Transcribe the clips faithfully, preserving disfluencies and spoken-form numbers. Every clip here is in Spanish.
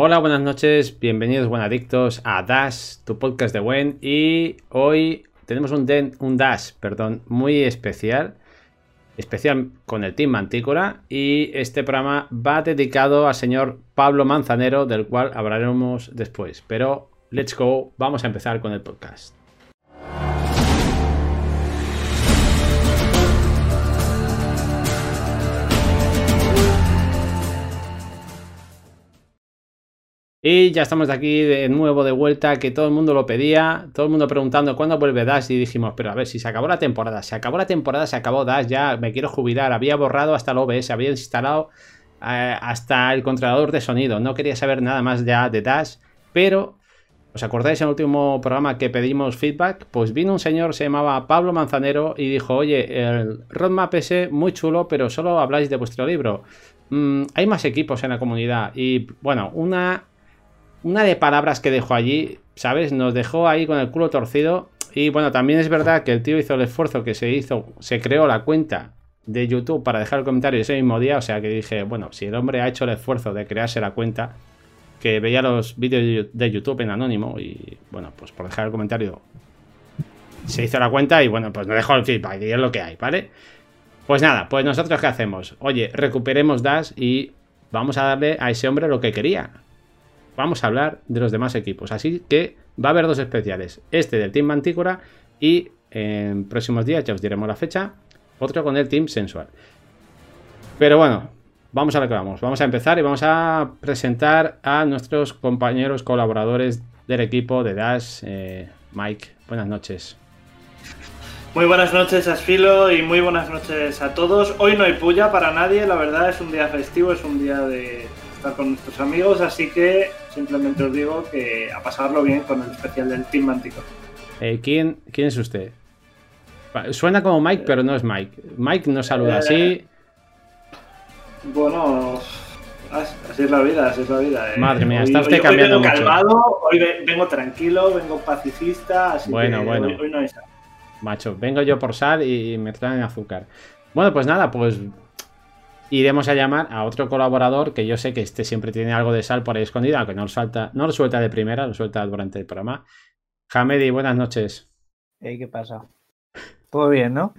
Hola, buenas noches, bienvenidos buenadictos a Dash, tu podcast de Gwen. Y hoy tenemos un, den, un Dash perdón, muy especial, especial con el Team Mantícora. Y este programa va dedicado al señor Pablo Manzanero, del cual hablaremos después. Pero let's go, vamos a empezar con el podcast. Y ya estamos de aquí de nuevo de vuelta, que todo el mundo lo pedía, todo el mundo preguntando cuándo vuelve Dash, y dijimos, pero a ver, si se acabó la temporada, se acabó la temporada, se acabó Dash, ya me quiero jubilar, había borrado hasta el O B S, había instalado eh, hasta el controlador de sonido, no quería saber nada más ya de Dash, pero, ¿os acordáis en el último programa que pedimos feedback? Pues vino un señor, se llamaba Pablo Manzanero, y dijo, oye, el roadmap ese muy chulo, pero solo habláis de vuestro libro, mm, hay más equipos en la comunidad, y bueno, una... Una de palabras que dejó allí, ¿sabes? Nos dejó ahí con el culo torcido. Y bueno, también es verdad que el tío hizo el esfuerzo que se hizo, se creó la cuenta de YouTube para dejar el comentario ese mismo día. O sea que dije, bueno, si el hombre ha hecho el esfuerzo de crearse la cuenta, que veía los vídeos de YouTube en anónimo y bueno, pues por dejar el comentario se hizo la cuenta y bueno, pues nos dejó el feedback y es lo que hay, ¿vale? Pues nada, pues nosotros ¿qué hacemos? Oye, recuperemos Dash y vamos a darle a ese hombre lo que quería. Vamos a hablar de los demás equipos. Así que va a haber dos especiales. Este del Team Mantícora y en próximos días, ya os diremos la fecha, otro con el Team Sensual. Pero bueno, vamos a lo que vamos. Vamos a empezar y vamos a presentar a nuestros compañeros colaboradores del equipo de Dash. Eh, Mike, buenas noches. Muy buenas noches, Asfilo, y muy buenas noches a todos. Hoy no hay puya para nadie, la verdad es un día festivo, es un día de estar con nuestros amigos, así que simplemente os digo que a pasarlo bien con el especial del Team Mantícora. Eh, ¿quién, ¿Quién es usted? Suena como Mike, pero no es Mike. Mike no saluda eh, así. Bueno, así es la vida, así es la vida. Eh. Madre mía, hoy, está usted hoy, cambiando hoy vengo mucho. calmado, hoy vengo tranquilo, vengo pacifista, así bueno, que bueno. Hoy, hoy no hay sal. Macho, vengo yo por sal y me traen azúcar. Bueno, pues nada, pues iremos a llamar a otro colaborador que yo sé que este siempre tiene algo de sal por ahí escondida, aunque no lo suelta, no lo suelta de primera, lo suelta durante el programa. Hamedi, buenas noches. Hey, ¿qué pasa? Todo bien, ¿no?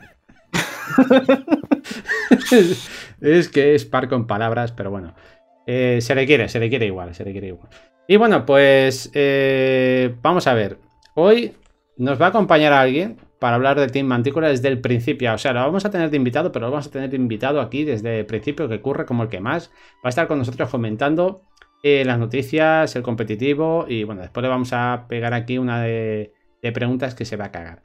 Es que es par con palabras, pero bueno. Eh, se le quiere, se le quiere igual, se le quiere igual. Y bueno, pues eh, vamos a ver. Hoy nos va a acompañar a alguien para hablar del Team Mantícora desde el principio. O sea, lo vamos a tener de invitado, pero lo vamos a tener de invitado aquí desde el principio, que ocurre como el que más. Va a estar con nosotros comentando eh, las noticias, el competitivo. Y bueno, después le vamos a pegar aquí una de, de preguntas que se va a cagar.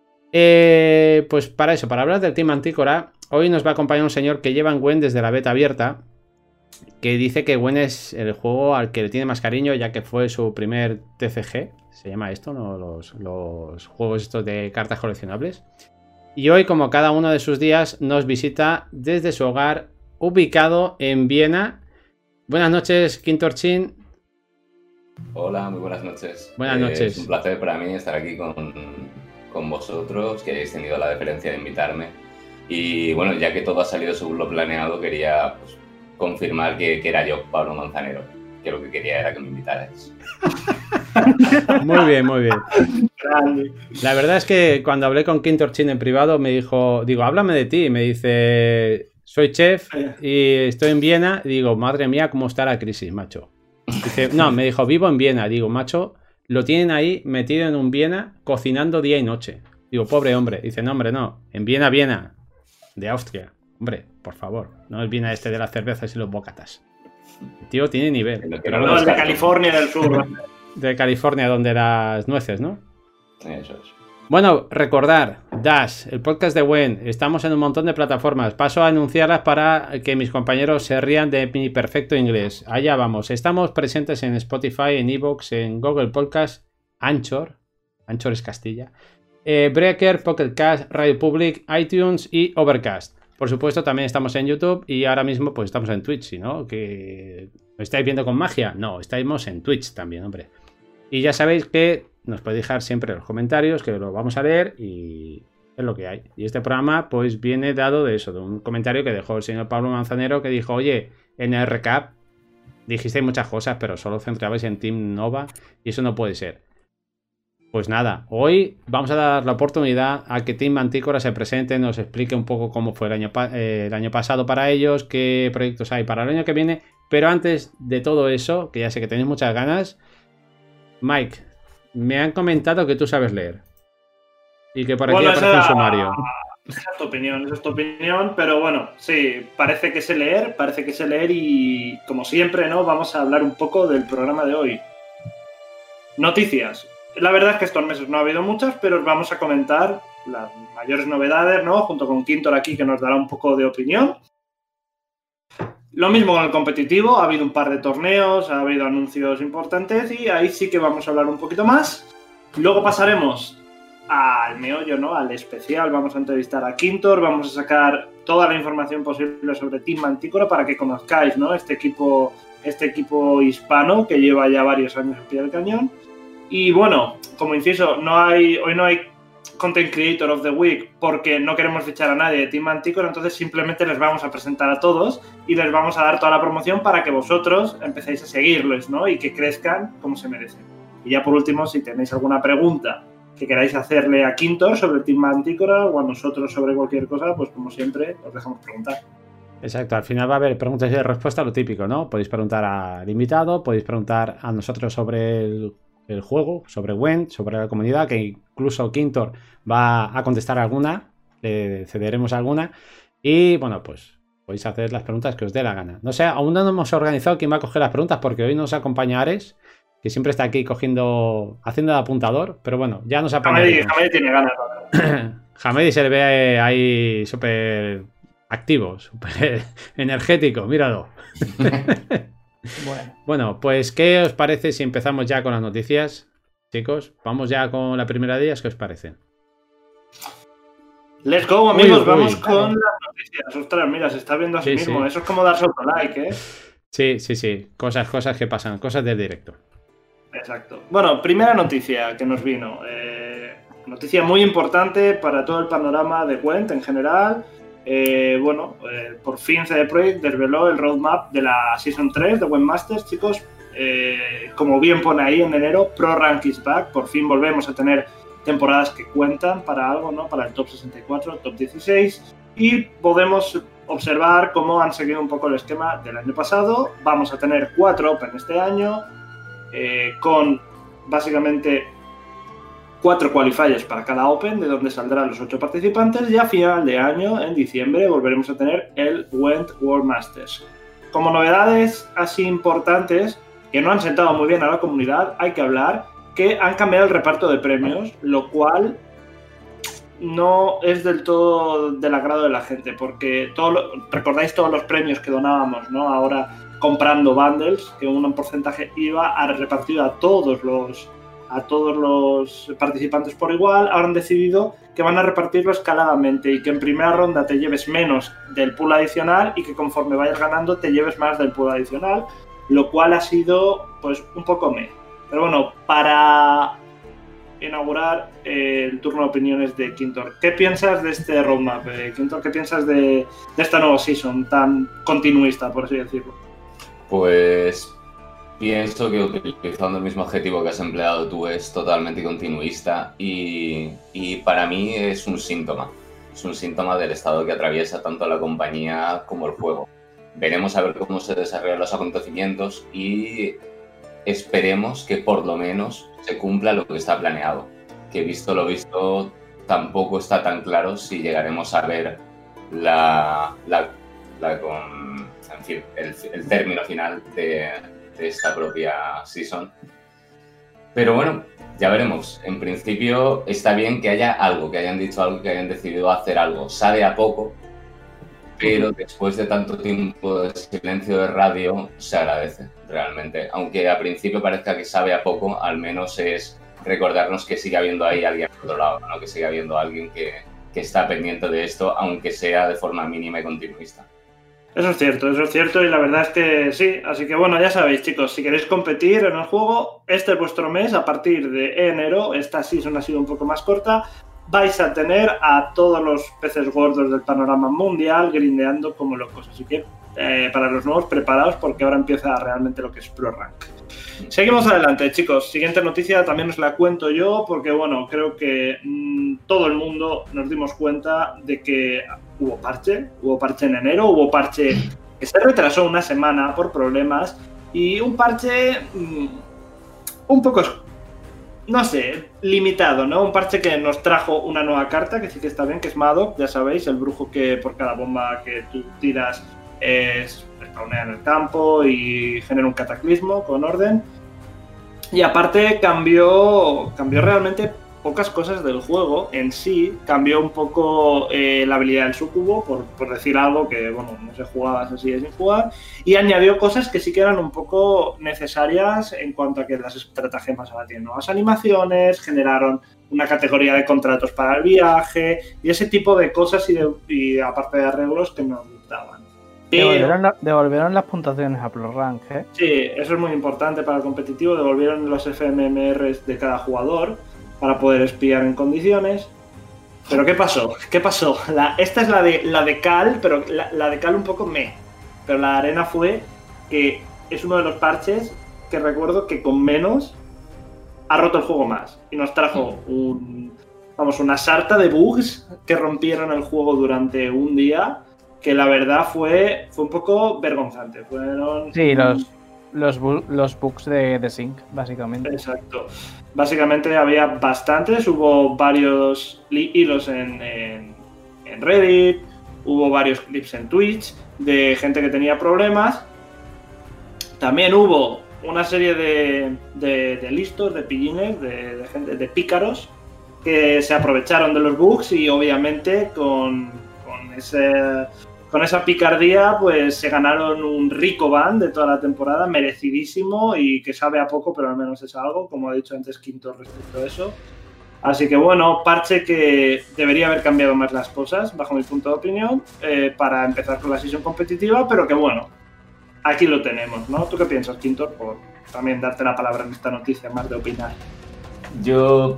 Eh, pues para eso, para hablar del Team Mantícora, hoy nos va a acompañar un señor que lleva en Gwen desde la beta abierta, que dice que Gwen es el juego al que le tiene más cariño, ya que fue su primer T C G. Se llama esto, ¿no? Los, los juegos estos de cartas coleccionables. Y hoy, como cada uno de sus días, nos visita desde su hogar, ubicado en Viena. Buenas noches, Quintorchin. Hola, muy buenas noches. Buenas eh, noches. Es un placer para mí estar aquí con, con vosotros, que hayáis tenido la deferencia de invitarme. Y bueno, ya que todo ha salido según lo planeado, quería pues, confirmar que, que era yo, Pablo Manzanero, que lo que quería era que me invitarais. Muy bien, muy bien. La verdad es que cuando hablé con Quintorchin en privado me dijo, digo, háblame de ti. Me dice, soy chef y estoy en Viena. Y digo, madre mía, cómo está la crisis, macho. Dice, no, me dijo, vivo en Viena. Digo, macho, lo tienen ahí metido en un Viena cocinando día y noche. Digo, pobre hombre. Dice, no, hombre, no. En Viena, Viena. De Austria. Hombre, por favor. No es Viena este de las cervezas y los bocatas. El tío tiene nivel. Pero no, es de California del Sur. De California, donde las nueces, ¿no? Eso es. Bueno, recordar, Dash, el podcast de Gwen, estamos en un montón de plataformas. Paso a anunciarlas para que mis compañeros se rían de mi perfecto inglés. Allá vamos. Estamos presentes en Spotify, en iVoox, en Google Podcast, Anchor, Anchor es Castilla, eh, Breaker, Pocket Cast, Radio Public, iTunes y Overcast. Por supuesto, también estamos en YouTube y ahora mismo pues estamos en Twitch, ¿no? Que ¿lo estáis viendo con magia? No, estamos en Twitch también, hombre. Y ya sabéis que nos podéis dejar siempre los comentarios, que lo vamos a leer y es lo que hay. Y este programa pues viene dado de eso, de un comentario que dejó el señor Pablo Manzanero, que dijo, oye, en el recap dijisteis muchas cosas, pero solo centrabais en Team Nova y eso no puede ser. Pues nada, hoy vamos a dar la oportunidad a que Team Mantícora se presente, nos explique un poco cómo fue el año, eh, el año pasado para ellos, qué proyectos hay para el año que viene. Pero antes de todo eso, que ya sé que tenéis muchas ganas, Mike, me han comentado que tú sabes leer. Y que por aquí bueno, aparece un sumario. Esa es tu opinión, esa es tu opinión, pero bueno, sí, parece que sé leer, parece que sé leer y como siempre, ¿no? Vamos a hablar un poco del programa de hoy. Noticias. La verdad es que estos meses no ha habido muchas, pero os vamos a comentar las mayores novedades, ¿no? Junto con Quintor aquí, que nos dará un poco de opinión. Lo mismo con el competitivo, ha habido un par de torneos, ha habido anuncios importantes y ahí sí que vamos a hablar un poquito más. Luego pasaremos al meollo, ¿no? Al especial, vamos a entrevistar a Quintor, vamos a sacar toda la información posible sobre Team Mantícora para que conozcáis, ¿no? Este equipo, este equipo hispano que lleva ya varios años en pie del cañón. Y bueno, como inciso, no hay, hoy no hay Content Creator of the Week porque no queremos fichar a nadie de Team Mantícora, entonces simplemente les vamos a presentar a todos y les vamos a dar toda la promoción para que vosotros empecéis a seguirlos, ¿no? Y que crezcan como se merecen. Y ya por último, si tenéis alguna pregunta que queráis hacerle a Quintor sobre Team Mantícora o a nosotros sobre cualquier cosa, pues como siempre, os dejamos preguntar. Exacto, al final va a haber preguntas y respuestas, lo típico, ¿no? Podéis preguntar al invitado, podéis preguntar a nosotros sobre el el juego, sobre Gwent, sobre la comunidad, que incluso Quintor va a contestar alguna, le cederemos alguna, y bueno, pues podéis hacer las preguntas que os dé la gana. No sé, aún no hemos organizado quién va a coger las preguntas, porque hoy nos acompaña Ares, que siempre está aquí cogiendo, haciendo de apuntador, pero bueno, ya nos apañaremos. Hamedi tiene ganas, Hamedi se le ve ahí súper activo, súper energético, míralo. Bueno. Bueno, pues ¿qué os parece si empezamos ya con las noticias? Chicos, vamos ya con la primera de ellas, ¿qué os parece? Let's go, amigos, uy, vamos uy. con las noticias. Ostras, mira, se está viendo a sí, Sí, mismo. sí. Eso es como darse autolike, ¿eh? Sí, sí, sí. Cosas, cosas que pasan, cosas del directo. Exacto. Bueno, primera noticia que nos vino. Eh, noticia muy importante para todo el panorama de Gwent en general. Eh, bueno, eh, por fin C D Projekt desveló el roadmap de la Season tres de Gwent Masters, chicos. Eh, como bien pone ahí en enero, Pro Rank is back. Por fin volvemos a tener temporadas que cuentan para algo, ¿no? Para el top sesenta y cuatro, top dieciséis. Y podemos observar cómo han seguido un poco el esquema del año pasado. Vamos a tener cuatro Open este año, eh, con básicamente cuatro qualifiers para cada Open, de donde saldrán los ocho participantes, y a final de año, en diciembre, volveremos a tener el Gwent World Masters. Como novedades así importantes, que no han sentado muy bien a la comunidad, hay que hablar que han cambiado el reparto de premios, lo cual no es del todo del agrado de la gente, porque todo lo, recordáis todos los premios que donábamos, ¿no? Ahora comprando bundles, que un porcentaje iba a repartido a todos los a todos los participantes por igual. Ahora han decidido que van a repartirlo escaladamente y que en primera ronda te lleves menos del pool adicional y que conforme vayas ganando te lleves más del pool adicional, lo cual ha sido pues un poco meh. Pero bueno, para inaugurar eh, el turno de opiniones de Quintor, ¿qué piensas de este roadmap? Eh, Quintor, ¿qué piensas de, de esta nueva season tan continuista, por así decirlo? Pues pienso que utilizando el mismo adjetivo que has empleado tú es totalmente continuista y, y para mí es un síntoma. Es un síntoma del estado que atraviesa tanto la compañía como el juego. Veremos a ver cómo se desarrollan los acontecimientos y esperemos que por lo menos se cumpla lo que está planeado. Que visto lo visto, tampoco está tan claro si llegaremos a ver la, la, la con, en fin, el, el término final de, de esta propia season. Pero bueno, ya veremos. En principio está bien que haya algo, que hayan dicho algo, que hayan decidido hacer algo. Sabe a poco, pero después de tanto tiempo de silencio de radio se agradece realmente. Aunque a principio parezca que sabe a poco, al menos es recordarnos que sigue habiendo ahí alguien al otro lado, ¿no? Que sigue habiendo alguien que, que está pendiente de esto, aunque sea de forma mínima y continuista. Eso es cierto, eso es cierto y la verdad es que sí. Así que bueno, ya sabéis, chicos, si queréis competir en el juego, este es vuestro mes. A partir de enero, esta season ha sido un poco más corta, vais a tener a todos los peces gordos del panorama mundial grindeando como locos. Así que eh, para los nuevos preparados, porque ahora empieza realmente lo que es Pro Rank. Seguimos adelante, chicos. Siguiente noticia también os la cuento yo, porque bueno, creo que mmm, todo el mundo nos dimos cuenta de que hubo parche, hubo parche en enero, hubo parche que se retrasó una semana por problemas, y un parche mmm, un poco, no sé, limitado, ¿no? Un parche que nos trajo una nueva carta, que sí que está bien, que es Madoc, ya sabéis, el brujo que por cada bomba que tú tiras es spawnea en el campo y genera un cataclismo con orden. Y aparte cambió, cambió realmente pocas cosas del juego en sí. Cambió un poco eh, la habilidad del sucubo, por, por decir algo que, bueno, no se jugaba, se sigue sin jugar. Y añadió cosas que sí que eran un poco necesarias en cuanto a que las estratagemas ahora tienen nuevas animaciones, generaron una categoría de contratos para el viaje y ese tipo de cosas y, de, y aparte de arreglos que nos gustaban. Devolvieron, la, devolvieron las puntuaciones a Pro Rank, ¿eh? Sí, eso es muy importante para el competitivo. Devolvieron los F M M Rs de cada jugador para poder espiar en condiciones. Pero ¿qué pasó? ¿Qué pasó? La, esta es la de, la de Cal, pero la, la de Cal un poco meh. Pero la arena fue que es uno de los parches que recuerdo que con menos ha roto el juego más. Y nos trajo un, vamos, una sarta de bugs que rompieron el juego durante un día, que la verdad fue, fue un poco vergonzante. Fueron... Sí, los, los, bu los bugs de, de Sync, básicamente. Exacto. Básicamente había bastantes, hubo varios hilos en, en, en Reddit, hubo varios clips en Twitch de gente que tenía problemas. También hubo una serie de, de, de listos, de pillines, de, de, gente, de pícaros, que se aprovecharon de los bugs y obviamente con, con ese... Con esa picardía, pues se ganaron un rico ban de toda la temporada, merecidísimo y que sabe a poco, pero al menos es algo, como ha dicho antes Quinto respecto a eso. Así que bueno, parche que debería haber cambiado más las cosas, bajo mi punto de opinión, eh, para empezar con la sesión competitiva, pero que bueno, aquí lo tenemos, ¿no? ¿Tú qué piensas, Quinto? Por también darte la palabra en esta noticia, más de opinar. Yo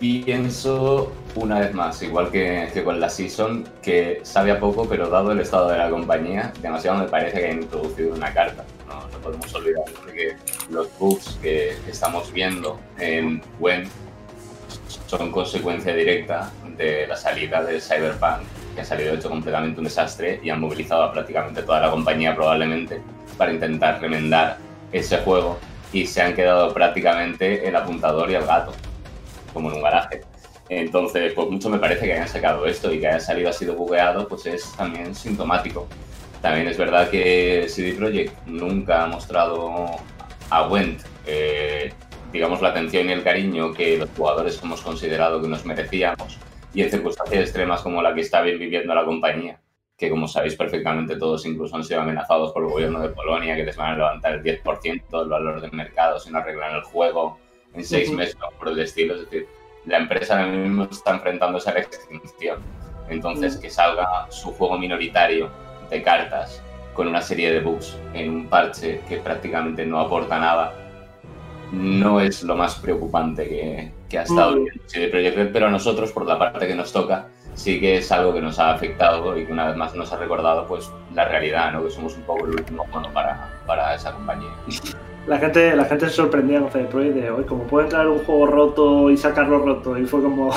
pienso, una vez más, igual que, que con la Season, que sabe a poco, pero dado el estado de la compañía, demasiado me parece que hayan introducido una carta. No, no podemos olvidar que los bugs que estamos viendo en Gwen son consecuencia directa de la salida de Cyberpunk, que ha salido hecho completamente un desastre y han movilizado a prácticamente toda la compañía probablemente para intentar remendar ese juego y se han quedado prácticamente el apuntador y el gato, como en un garaje. Entonces, pues mucho me parece que hayan sacado esto y que haya salido así de bugueado, pues es también sintomático. También es verdad que C D Projekt nunca ha mostrado a Gwent, eh, digamos, la atención y el cariño que los jugadores hemos considerado que nos merecíamos, y en circunstancias extremas como la que está bien viviendo la compañía, que como sabéis perfectamente todos incluso han sido amenazados por el gobierno de Polonia, que les van a levantar el diez por ciento del valor del mercado si no arreglan el juego en seis uh-huh. meses por el estilo. Es decir, la empresa ahora mismo está enfrentándose a la extinción. Entonces, uh-huh. que salga su juego minoritario de cartas con una serie de bugs en un parche que prácticamente no aporta nada, no es lo más preocupante que, que ha estado viendo uh-huh. C D Projekt Red, pero a nosotros, por la parte que nos toca, sí que es algo que nos ha afectado y que una vez más nos ha recordado pues la realidad, ¿no? Que somos un poco el último mono para, para esa compañía. La gente, la gente se sorprendía con C D Projekt de hoy, como pueden traer un juego roto y sacarlo roto, y fue como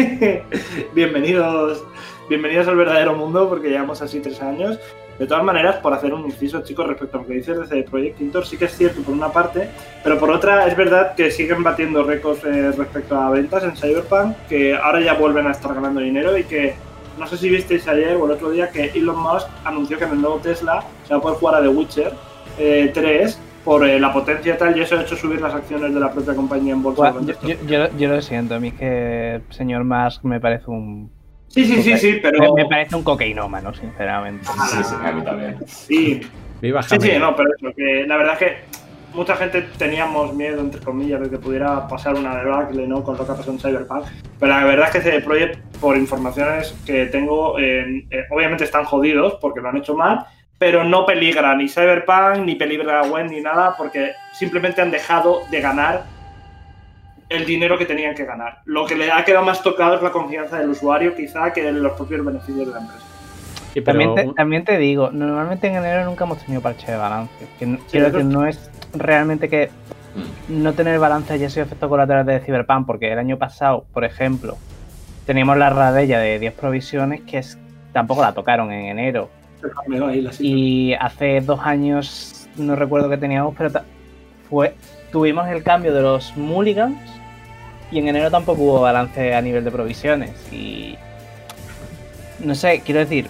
bienvenidos, bienvenidos al verdadero mundo, porque llevamos así tres años. De todas maneras, por hacer un inciso, chicos, respecto a lo que dices de C D Projekt Quintor, sí que es cierto por una parte, pero por otra es verdad que siguen batiendo récords eh, respecto a ventas en Cyberpunk, que ahora ya vuelven a estar ganando dinero y que, no sé si visteis ayer o el otro día, que Elon Musk anunció que en el nuevo Tesla se va a poder jugar a The Witcher eh, tres por eh, la potencia y tal, y eso ha hecho subir las acciones de la propia compañía en bolsa. Bueno, yo, yo, yo, yo lo siento, a mí es que el señor Musk me parece un... Sí, sí, sí, sí, pero... Me, me parece un cocainómano, sinceramente. Ah, sí, sí, a mí también. Sí, Viva sí, sí, no, pero eso, que la verdad es que mucha gente teníamos miedo, entre comillas, de que pudiera pasar una debacle, ¿no?, con lo que ha pasado en Cyberpunk, pero la verdad es que C D Projekt, por informaciones que tengo, eh, eh, obviamente están jodidos porque lo han hecho mal, pero no peligra ni Cyberpunk, ni peligra Gwen, ni nada, porque simplemente han dejado de ganar el dinero que tenían que ganar. Lo que le ha quedado más tocado es la confianza del usuario, quizá, que los propios beneficios de la empresa. Sí, pero también, te, un- también te digo, normalmente en enero nunca hemos tenido parche de balance. Que no- quiero eso decir, es- no es realmente que Mm. no tener balance haya sido efecto colateral de Cyberpunk, porque el año pasado, por ejemplo, teníamos la radella de diez provisiones que es, tampoco la tocaron en enero. Se cambió ahí la situación. Y hace dos años, no recuerdo qué teníamos, pero ta- fue tuvimos el cambio de los mulligans y en enero tampoco hubo balance a nivel de provisiones. Y no sé, quiero decir,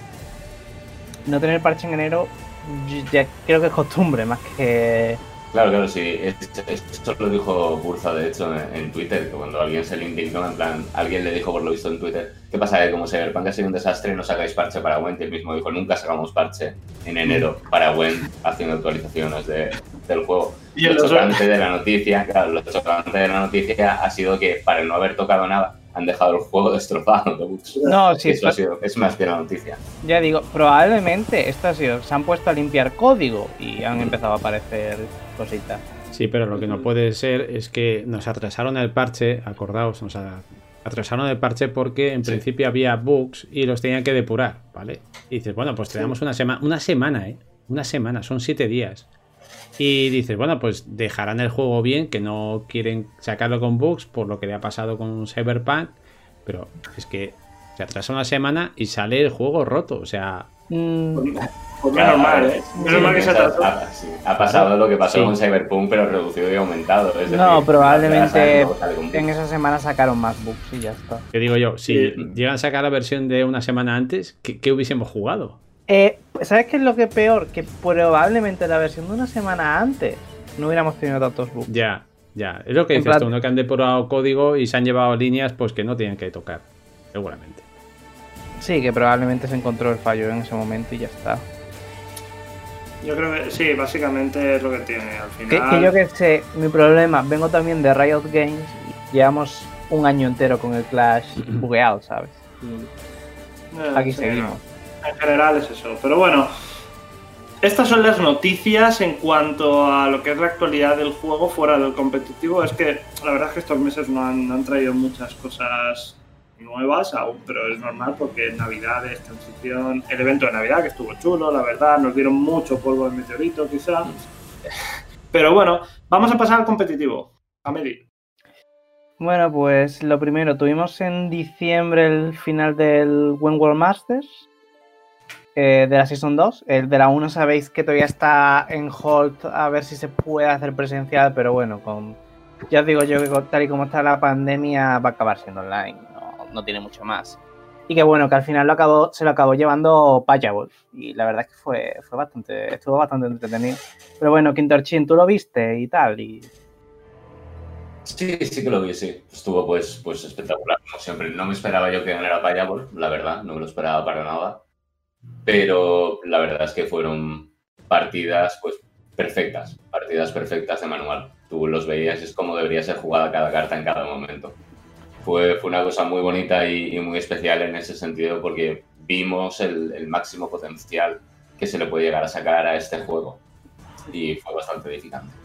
no tener parche en enero yo ya creo que es costumbre más que... Claro, claro, sí. Esto, esto lo dijo Burza, de hecho, en, en Twitter, que cuando alguien se le indignó, en plan, alguien le dijo por lo visto en Twitter, ¿qué pasa? Que como Cyberpunk ha sido un desastre, no sacáis parche para Gwent, y él mismo dijo, nunca sacamos parche en enero para Gwent haciendo actualizaciones de, del juego. Y en Lo los- chocante de la noticia, claro, lo chocante de la noticia ha sido que para no haber tocado nada, han dejado el juego destrozado de bugs. No, sí, Eso ha esto- sido, es más que la noticia. ya digo, probablemente esto ha sido, se han puesto a limpiar código y han empezado a aparecer cositas. sí, pero lo que no puede ser es que nos atrasaron el parche, acordaos, nos a- atrasaron el parche porque en Sí. principio había bugs y los tenían que depurar, ¿vale? Y dices, bueno, pues te damos una semana, una semana, ¿eh? Una semana, son siete días. Y dices, bueno, pues dejarán el juego bien, que no quieren sacarlo con bugs, por lo que le ha pasado con Cyberpunk, pero es que se atrasa una semana y sale el juego roto, o sea, Mm, Pues menos mal, ¿eh? Sí, Menos mal que se atrasó. ha, sí, ha pasado lo que pasó Sí. con Cyberpunk, pero reducido y aumentado. Es decir, no, probablemente atrasan y luego sale con bugs. en esa semana sacaron más bugs y ya está. que digo yo, si Sí. llegan a sacar la versión de una semana antes, ¿qué, qué hubiésemos jugado? Eh, ¿Sabes qué es lo que es peor? Que probablemente la versión de una semana antes no hubiéramos tenido tantos bugs. Ya, ya. Es lo que En dices plan- tú, ¿no? Que han depurado código y se han llevado líneas pues que no tienen que tocar. Seguramente. Sí, que probablemente se encontró el fallo en ese momento y ya está. Yo creo que sí, básicamente es lo que tiene al Que, final. que yo que sé, mi problema, vengo también de Riot Games y llevamos un año entero con el Clash bugueado, ¿sabes? Y Eh, aquí sí, seguimos. no. En general es eso. Pero bueno, estas son las noticias en cuanto a lo que es la actualidad del juego fuera del competitivo. Es que la verdad es que estos meses no han, no han traído muchas cosas nuevas aún, pero es normal porque Navidades, transición, el evento de Navidad que estuvo chulo, la verdad, nos dieron mucho polvo de meteorito quizá. Pero bueno, vamos a pasar al competitivo. A medir. Bueno, pues lo primero, tuvimos en diciembre el final del Wentworld Masters eh, de la Season dos. El de la uno sabéis que todavía está en hold a ver si se puede hacer presencial, pero bueno, con ya os digo yo que con- tal y como está la pandemia va a acabar siendo online, no, no tiene mucho más. Y que bueno, que al final lo acabó, se lo acabó llevando Payabol y la verdad es que fue, fue bastante, estuvo bastante entretenido. Pero bueno, Quintorchin, tú lo viste y tal, y Sí, sí que lo vi, sí. Estuvo pues, pues espectacular, como siempre. No me esperaba yo que ganara Payabol, la verdad, no me lo esperaba para nada. Pero la verdad es que fueron partidas pues perfectas, partidas perfectas de manual. Tú los veías, es como debería ser jugada cada carta en cada momento. Fue, fue una cosa muy bonita y, y muy especial en ese sentido porque vimos el, el máximo potencial que se le puede llegar a sacar a este juego. Y fue bastante edificante.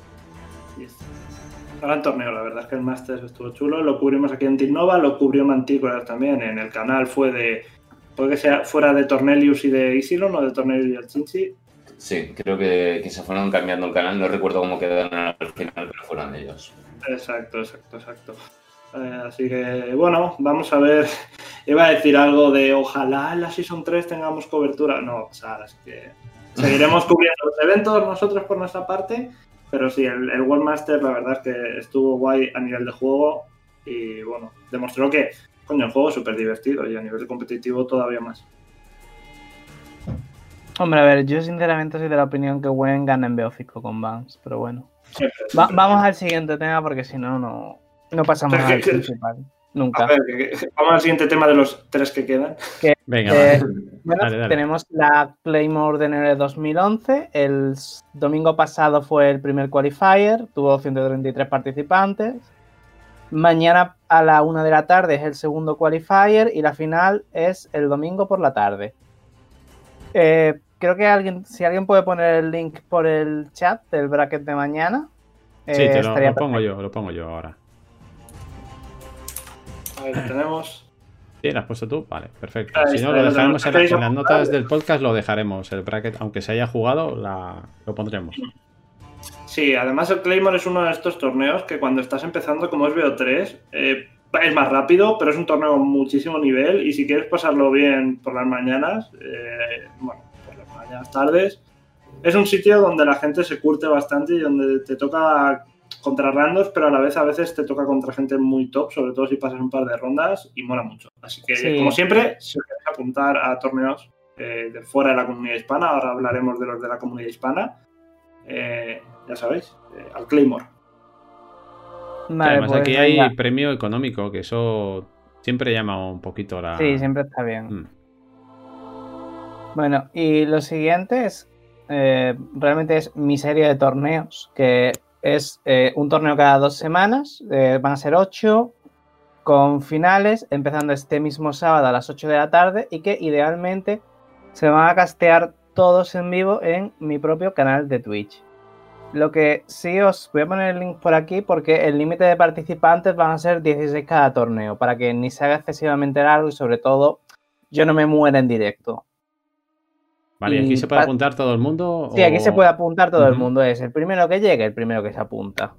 Gran torneo, la verdad es que el Masters estuvo chulo. Lo cubrimos aquí en Tignova, lo cubrió Manticore también. En el canal fue de. Puede que sea fuera de Tornelius y de Isilon, o de Tornelius y el Chinchi. Sí, creo que, que se fueron cambiando el canal. No recuerdo cómo quedaron al final, pero fueron ellos. Exacto, exacto, exacto. Eh, así que, bueno, vamos a ver. Iba a decir algo de ojalá en la Season tres tengamos cobertura. No, o sea, es que seguiremos cubriendo los eventos nosotros por nuestra parte. Pero sí, el, el World Master la verdad es que estuvo guay a nivel de juego y bueno, demostró que, coño, el juego es súper divertido y a nivel competitivo todavía más. hombre, a ver, yo sinceramente soy de la opinión que Gwen gana en Beófico con Vance, pero bueno. Siempre, Va- siempre. vamos al siguiente tema porque si no, no, no pasamos Pero al que- principal. A Nunca. ver, que- que- vamos al siguiente tema de los tres que quedan. Venga, Eh, va. Bueno, Dale, dale. tenemos la Claymore de enero de dos mil once. El s- domingo pasado fue el primer qualifier, tuvo ciento treinta y tres participantes. Mañana a la una de la tarde es el segundo qualifier y la final es el domingo por la tarde. Eh, creo que alguien, si alguien puede poner el link por el chat del bracket de mañana. Sí, eh, te lo, estaría lo pongo perfecto. yo, lo pongo yo ahora. A ver, tenemos. Sí, ¿lo has puesto tú? Vale, perfecto. Ahí Si no, está, lo dejaremos en, la- ¿queréis en las apuntar? notas del podcast, lo dejaremos. El bracket, aunque se haya jugado, la, lo pondremos. Sí, además el Claymore es uno de estos torneos que cuando estás empezando, como es B O tres, eh, es más rápido, pero es un torneo con muchísimo nivel y si quieres pasarlo bien por las mañanas, eh, bueno, por las mañanas, tardes, es un sitio donde la gente se curte bastante y donde te toca contra randos, pero a la vez a veces te toca contra gente muy top, sobre todo si pasas un par de rondas y mola mucho. Así que, Sí. como siempre, si os queréis apuntar a torneos eh, de fuera de la comunidad hispana, ahora hablaremos de los de la comunidad hispana, eh, ya sabéis, eh, al Claymore. Sí, Vale, además, pues aquí venga. hay premio económico, que eso siempre llama un poquito la. Sí, siempre está bien. Mm. Bueno, y lo siguiente es, eh, realmente es mi serie de torneos, que es eh, un torneo cada dos semanas, eh, van a ser ocho, con finales, empezando este mismo sábado a las ocho de la tarde, y que idealmente se van a castear todos en vivo en mi propio canal de Twitch. Lo que sí os voy a poner el link por aquí porque el límite de participantes van a ser dieciséis cada torneo, para que ni se haga excesivamente largo y sobre todo yo no me muera en directo. Vale, ¿y Y aquí se puede pa- apuntar todo el mundo? Sí, aquí o- se puede apuntar todo el Ujú. mundo. Es el primero que llegue, el primero que se apunta.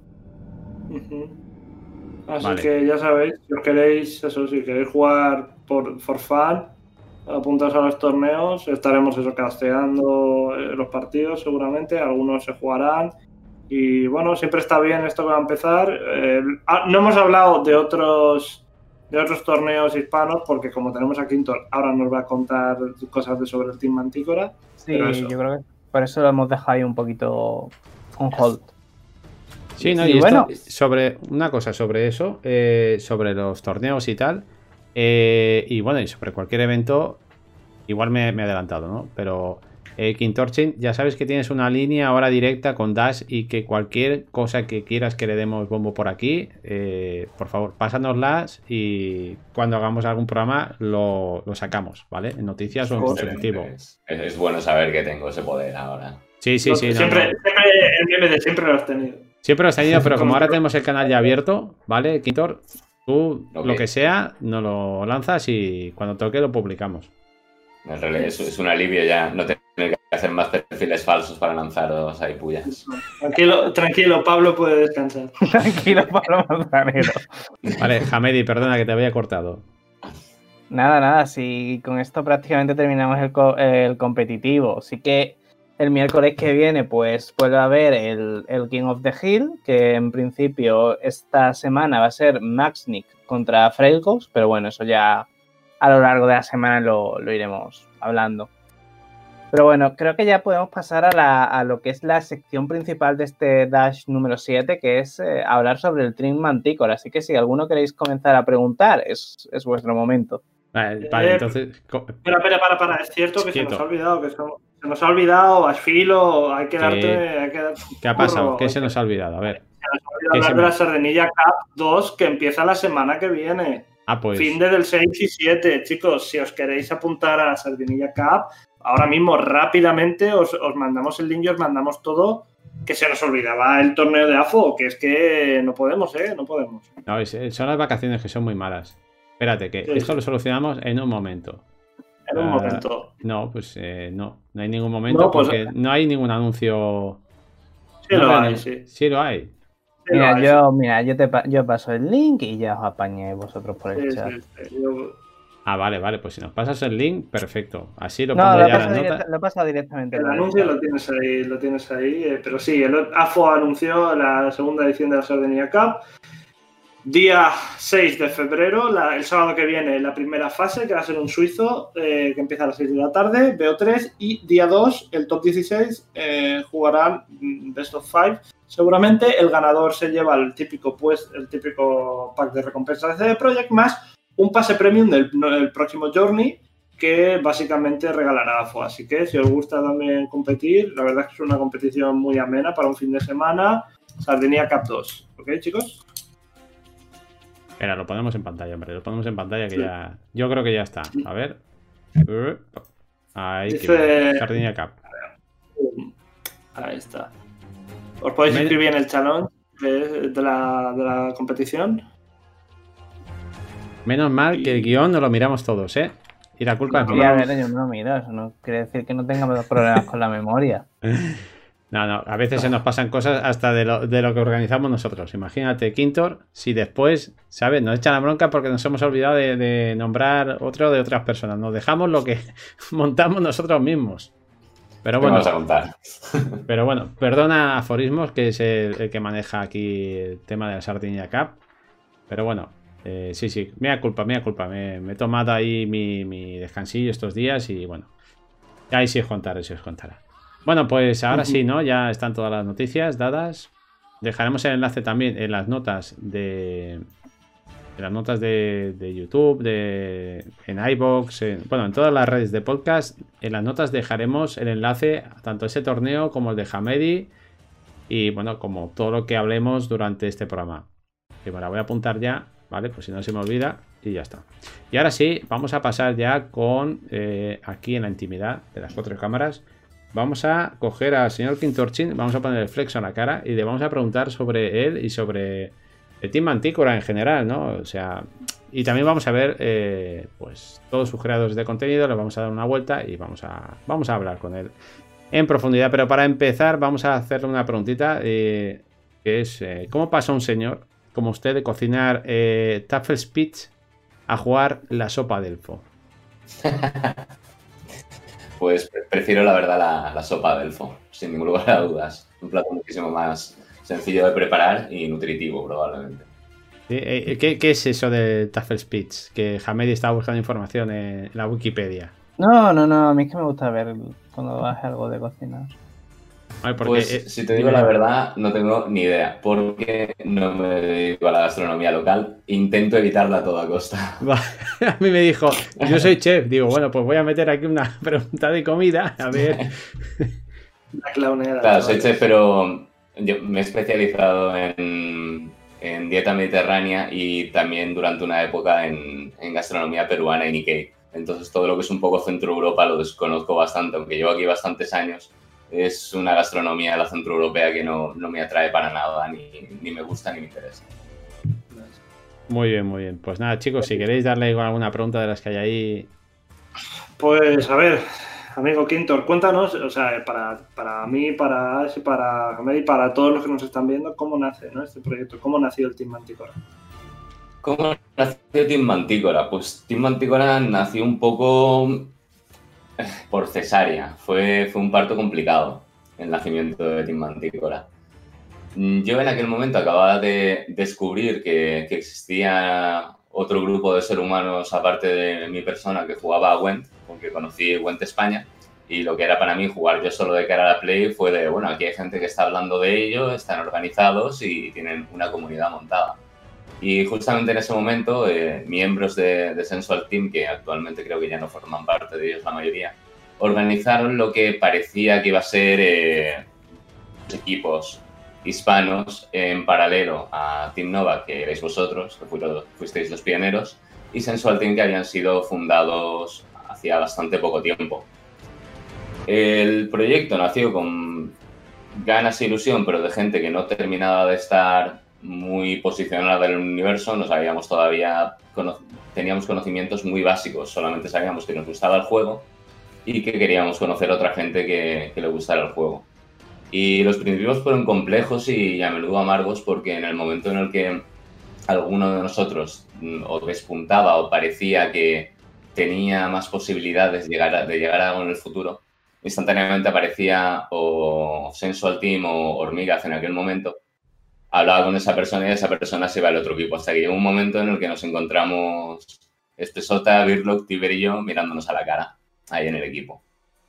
Ujú. Así Vale. que ya sabéis, si os queréis, eso, si queréis jugar por for fun, apuntaos a los torneos, estaremos eso casteando eh, los partidos seguramente, algunos se jugarán y bueno, siempre está bien esto que va a empezar. Eh, ah, no hemos hablado de otros de otros torneos hispanos porque como tenemos a Quintor, ahora nos va a contar cosas de sobre el Team Mantícora. Sí, Pero eso. yo creo que por eso lo hemos dejado ahí un poquito on hold. Sí, no, Y y, esto- bueno. sobre una cosa sobre eso, eh, sobre los torneos y tal, eh, y bueno, y sobre cualquier evento, igual me, me he adelantado, ¿no? Pero eh, Quintorchin, ya sabes que tienes una línea ahora directa con Dash y que cualquier cosa que quieras que le demos bombo por aquí, eh, por favor, pásanoslas y cuando hagamos algún programa lo, lo sacamos, ¿vale? En noticias o en Joder, consultivo. Es, es bueno saber que tengo ese poder ahora. Sí, sí, Lo- sí. no, siempre, no. siempre el meme de siempre lo has tenido. Siempre lo has tenido, pero como Como- ahora tenemos el canal ya abierto, ¿vale, Quintor? Tú, Ok. lo que sea, nos lo lanzas y cuando toque lo publicamos. En realidad es, es un alivio ya no tener que hacer más perfiles falsos para lanzaros ahí pullas. Tranquilo, tranquilo, Pablo puede descansar. Tranquilo, Pablo Manzanero. Vale, Hamedi, perdona que te había cortado. Nada, nada, si con esto prácticamente terminamos el, co- el competitivo. Así que el miércoles que viene, pues puede haber el, el King of the Hill, que en principio esta semana va a ser Maxnick contra Freilghost, pero bueno, eso ya a lo largo de la semana lo, lo iremos hablando. Pero bueno, creo que ya podemos pasar a, la, a lo que es la sección principal de este Dash número siete, que es eh, hablar sobre el Team Manticore. Así que si alguno queréis comenzar a preguntar, es, es vuestro momento. Vale, vale, Eh, entonces. co- Espera, espera, para, para. Es cierto que Quieto. se nos ha olvidado, que estamos- se nos ha olvidado, Asfilo, hay que ¿Qué? darte... Hay que darte ¿Qué ha curro, pasado? ¿Qué hay se que- nos ha olvidado? A ver. se nos ha olvidado ¿Qué hablar se de me- la Sardenilla Cup dos, que empieza la semana que viene. Ah, pues. Fin de del seis y siete, chicos. Si os queréis apuntar a la Sardinilla Cup, ahora mismo rápidamente os, os mandamos el link y os mandamos todo. Que se nos olvidaba el torneo de A F O, que es que no podemos, ¿eh? No podemos. No, es- son las vacaciones que son muy malas. Espérate, que Sí. esto lo solucionamos en un momento. En un Ah, momento. No, pues eh, no. No hay ningún momento No, pues- porque no hay ningún anuncio. Sí No lo veo hay, ni- sí. Sí lo hay. Sí lo Mira, hay, yo, mira, yo te pa- yo paso el link y ya os apañéis vosotros por el sí, chat. sí, sí. Yo- Ah, vale, vale. Pues si nos pasas el link, perfecto. Así lo No, pongo lo he, ya en pasado las directa- notas. lo he pasado directamente. El en el anuncio chat. lo tienes ahí, lo tienes ahí, eh, pero sí, el A F O anunció la segunda edición de la Sardinia Cup. Día seis de febrero, la- el sábado que viene, la primera fase, que va a ser un suizo, eh, que empieza a las seis de la tarde, B O tres, y día dos, el top dieciséis, eh, jugarán mm, Best of Five. Seguramente el ganador se lleva el típico, pues, el típico pack de recompensas de C D Projekt, más un pase premium del, del próximo Journey, que básicamente regalará A F O. Así que si os gusta también competir, la verdad es que es una competición muy amena para un fin de semana. Sardinia Cup dos. ¿Ok, chicos? Espera, lo ponemos en pantalla, hombre. Lo ponemos en pantalla que Sí. ya. Yo creo que ya está. A ver. Ahí. Dice- que Sardinia Cup. Ahí está. ¿Os podéis Me- inscribir en el challenge de, de la, de la competición? Menos mal que el guión nos lo miramos todos, ¿eh? Y la culpa es Sí, mía. a ver, yo no lo miro, eso no quiere decir que no tengamos problemas con la memoria. No, no, a veces se nos pasan cosas hasta de lo, de lo que organizamos nosotros. Imagínate, Quintor, si después, ¿sabes? Nos echan la bronca porque nos hemos olvidado de, de nombrar otro de otras personas. Nos dejamos lo que montamos nosotros mismos. Pero bueno, vamos a contar. pero bueno, perdona Aforismos, que es el, el que maneja aquí el tema de la Sardinia Cup. Pero bueno, eh, sí, sí, mea culpa, mea culpa. Me, me he tomado ahí mi, mi descansillo estos días y bueno, ahí sí os contaré, sí os contaré. Bueno, pues ahora sí, ¿no? Ya están todas las noticias dadas. Dejaremos el enlace también en las notas de... En las notas de, de YouTube, de, en iVoox, en, bueno, en todas las redes de podcast. En las notas dejaremos el enlace a tanto ese torneo como el de Hamedi. Y bueno, como todo lo que hablemos durante este programa. Que me la voy a apuntar ya, ¿vale? Pues si no se me olvida y ya está. Y ahora sí, vamos a pasar ya con eh, aquí en la intimidad de las cuatro cámaras. Vamos a coger al señor Quintorchin, vamos a poner el flexo en la cara y le vamos a preguntar sobre él y sobre el Team Mantícora en general, ¿no? O sea, y también vamos a ver eh, pues todos sus creadores de contenido, le vamos a dar una vuelta y vamos a, vamos a hablar con él en profundidad. Pero para empezar vamos a hacerle una preguntita eh, que es, eh, ¿cómo pasa un señor como usted de cocinar eh, Tafelspitz a jugar la sopa de elfo? Pues prefiero la verdad la, la sopa de elfo, sin ningún lugar a dudas. Un plato muchísimo más sencillo de preparar y nutritivo probablemente. ¿Qué, qué, qué es eso de Tafelspitz? Que Hamedi estaba buscando información en la Wikipedia. No, no, no, a mí es que me gusta ver cuando hace algo de cocinar. Ay, porque, pues eh, si te digo la verdad, no tengo ni idea, porque no me dedico a la gastronomía local. Intento evitarla a toda costa. A mí me dijo, yo soy chef. Digo, bueno, pues voy a meter aquí una pregunta de comida. A ver. La clownera. Claro, soy chef, pero yo me he especializado en, en dieta mediterránea y también durante una época en, en gastronomía peruana y Nikkei. Entonces todo lo que es un poco Centro Europa lo desconozco bastante, aunque llevo aquí bastantes años. Es una gastronomía de la centroeuropea que no, no me atrae para nada, ni, ni me gusta ni me interesa. Muy bien, muy bien. Pues nada, chicos, si queréis darle alguna pregunta de las que hay ahí. Pues a ver, amigo Quintor, cuéntanos, o sea, para, para mí, para Ash, para Hamedi, para todos los que nos están viendo, ¿cómo nace, ¿no? este proyecto? ¿Cómo nació el Team Mantícora? ¿Cómo nació Team Mantícora? Pues Team Mantícora nació un poco por cesárea. Fue, fue un parto complicado el nacimiento de Team Mantícora. Yo en aquel momento acababa de descubrir que, que existía otro grupo de seres humanos aparte de mi persona que jugaba a Gwent, porque conocí Gwent España, y lo que era para mí jugar yo solo de cara a la Play fue de, bueno, aquí hay gente que está hablando de ello, están organizados y tienen una comunidad montada. Y justamente en ese momento, eh, miembros de, de Sensual Team, que actualmente creo que ya no forman parte de ellos la mayoría, organizaron lo que parecía que iba a ser eh, equipos hispanos en paralelo a Team Nova, que erais vosotros, que fuisteis los pioneros, y Sensual Team, que habían sido fundados hacía bastante poco tiempo. El proyecto nació con ganas e ilusión, pero de gente que no terminaba de estar muy posicionada en el universo. No sabíamos todavía, cono teníamos conocimientos muy básicos, solamente sabíamos que nos gustaba el juego y que queríamos conocer a otra gente que, que le gustara el juego. Y los principios fueron complejos y a menudo amargos, porque en el momento en el que alguno de nosotros o despuntaba o parecía que tenía más posibilidades de llegar a, de llegar a algo en el futuro, instantáneamente aparecía o Sensual Team o Hormigas en aquel momento. Hablaba con esa persona y esa persona se iba al otro equipo, hasta que llegó un momento en el que nos encontramos Espesota, Birlock, Tiber y yo mirándonos a la cara ahí en el equipo.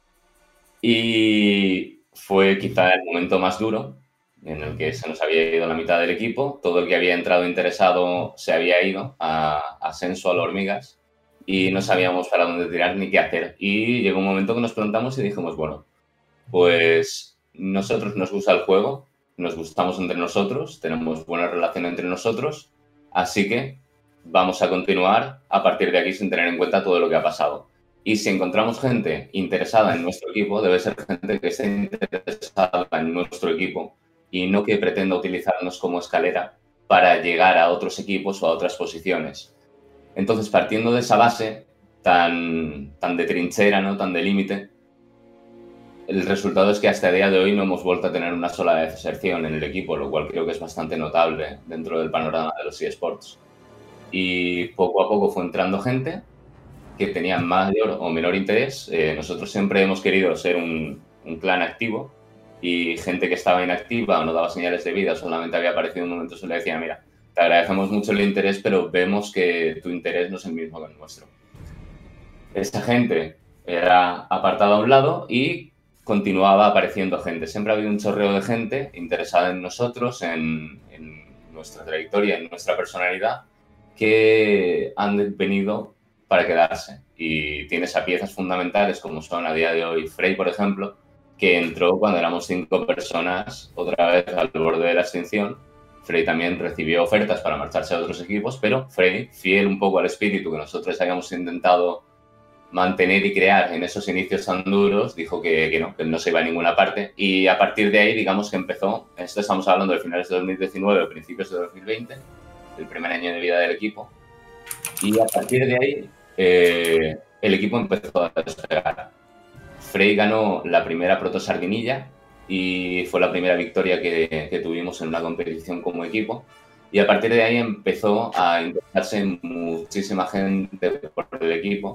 Y fue quizá el momento más duro, en el que se nos había ido la mitad del equipo. Todo el que había entrado interesado se había ido a, a Sensual Hormigas y no sabíamos para dónde tirar ni qué hacer. Y llegó un momento que nos preguntamos y dijimos, bueno, pues nosotros nos gusta el juego, nos gustamos entre nosotros, tenemos buena relación entre nosotros, así que vamos a continuar a partir de aquí sin tener en cuenta todo lo que ha pasado. Y si encontramos gente interesada en nuestro equipo, debe ser gente que esté interesada en nuestro equipo y no que pretenda utilizarnos como escalera para llegar a otros equipos o a otras posiciones. Entonces, partiendo de esa base tan, tan de trinchera, ¿no? Tan de límite, el resultado es que hasta el día de hoy no hemos vuelto a tener una sola deserción en el equipo, lo cual creo que es bastante notable dentro del panorama de los eSports. Y poco a poco fue entrando gente que tenía mayor o menor interés. Eh, nosotros siempre hemos querido ser un, un clan activo, y gente que estaba inactiva o no daba señales de vida, solamente había aparecido en un momento, se le decía, mira, te agradecemos mucho el interés, pero vemos que tu interés no es el mismo que el nuestro. Esa gente era apartada a un lado y continuaba apareciendo gente. Siempre ha habido un chorreo de gente interesada en nosotros, en, en nuestra trayectoria, en nuestra personalidad, que han venido para quedarse. Y tienes a piezas fundamentales como son a día de hoy Frey, por ejemplo, que entró cuando éramos cinco personas, otra vez al borde de la extinción. Frey también recibió ofertas para marcharse a otros equipos, pero Frey, fiel un poco al espíritu que nosotros habíamos intentado mantener y crear en esos inicios tan duros, dijo que, que no, que no se iba a ninguna parte. Y a partir de ahí, digamos que empezó, esto estamos hablando de finales de dos mil diecinueve o principios de dos mil veinte, el primer año de vida del equipo, y a partir de ahí eh, el equipo empezó a despegar. Frey ganó la primera Proto Sardinilla y fue la primera victoria que, que tuvimos en una competición como equipo. Y a partir de ahí empezó a interesarse muchísima gente por el equipo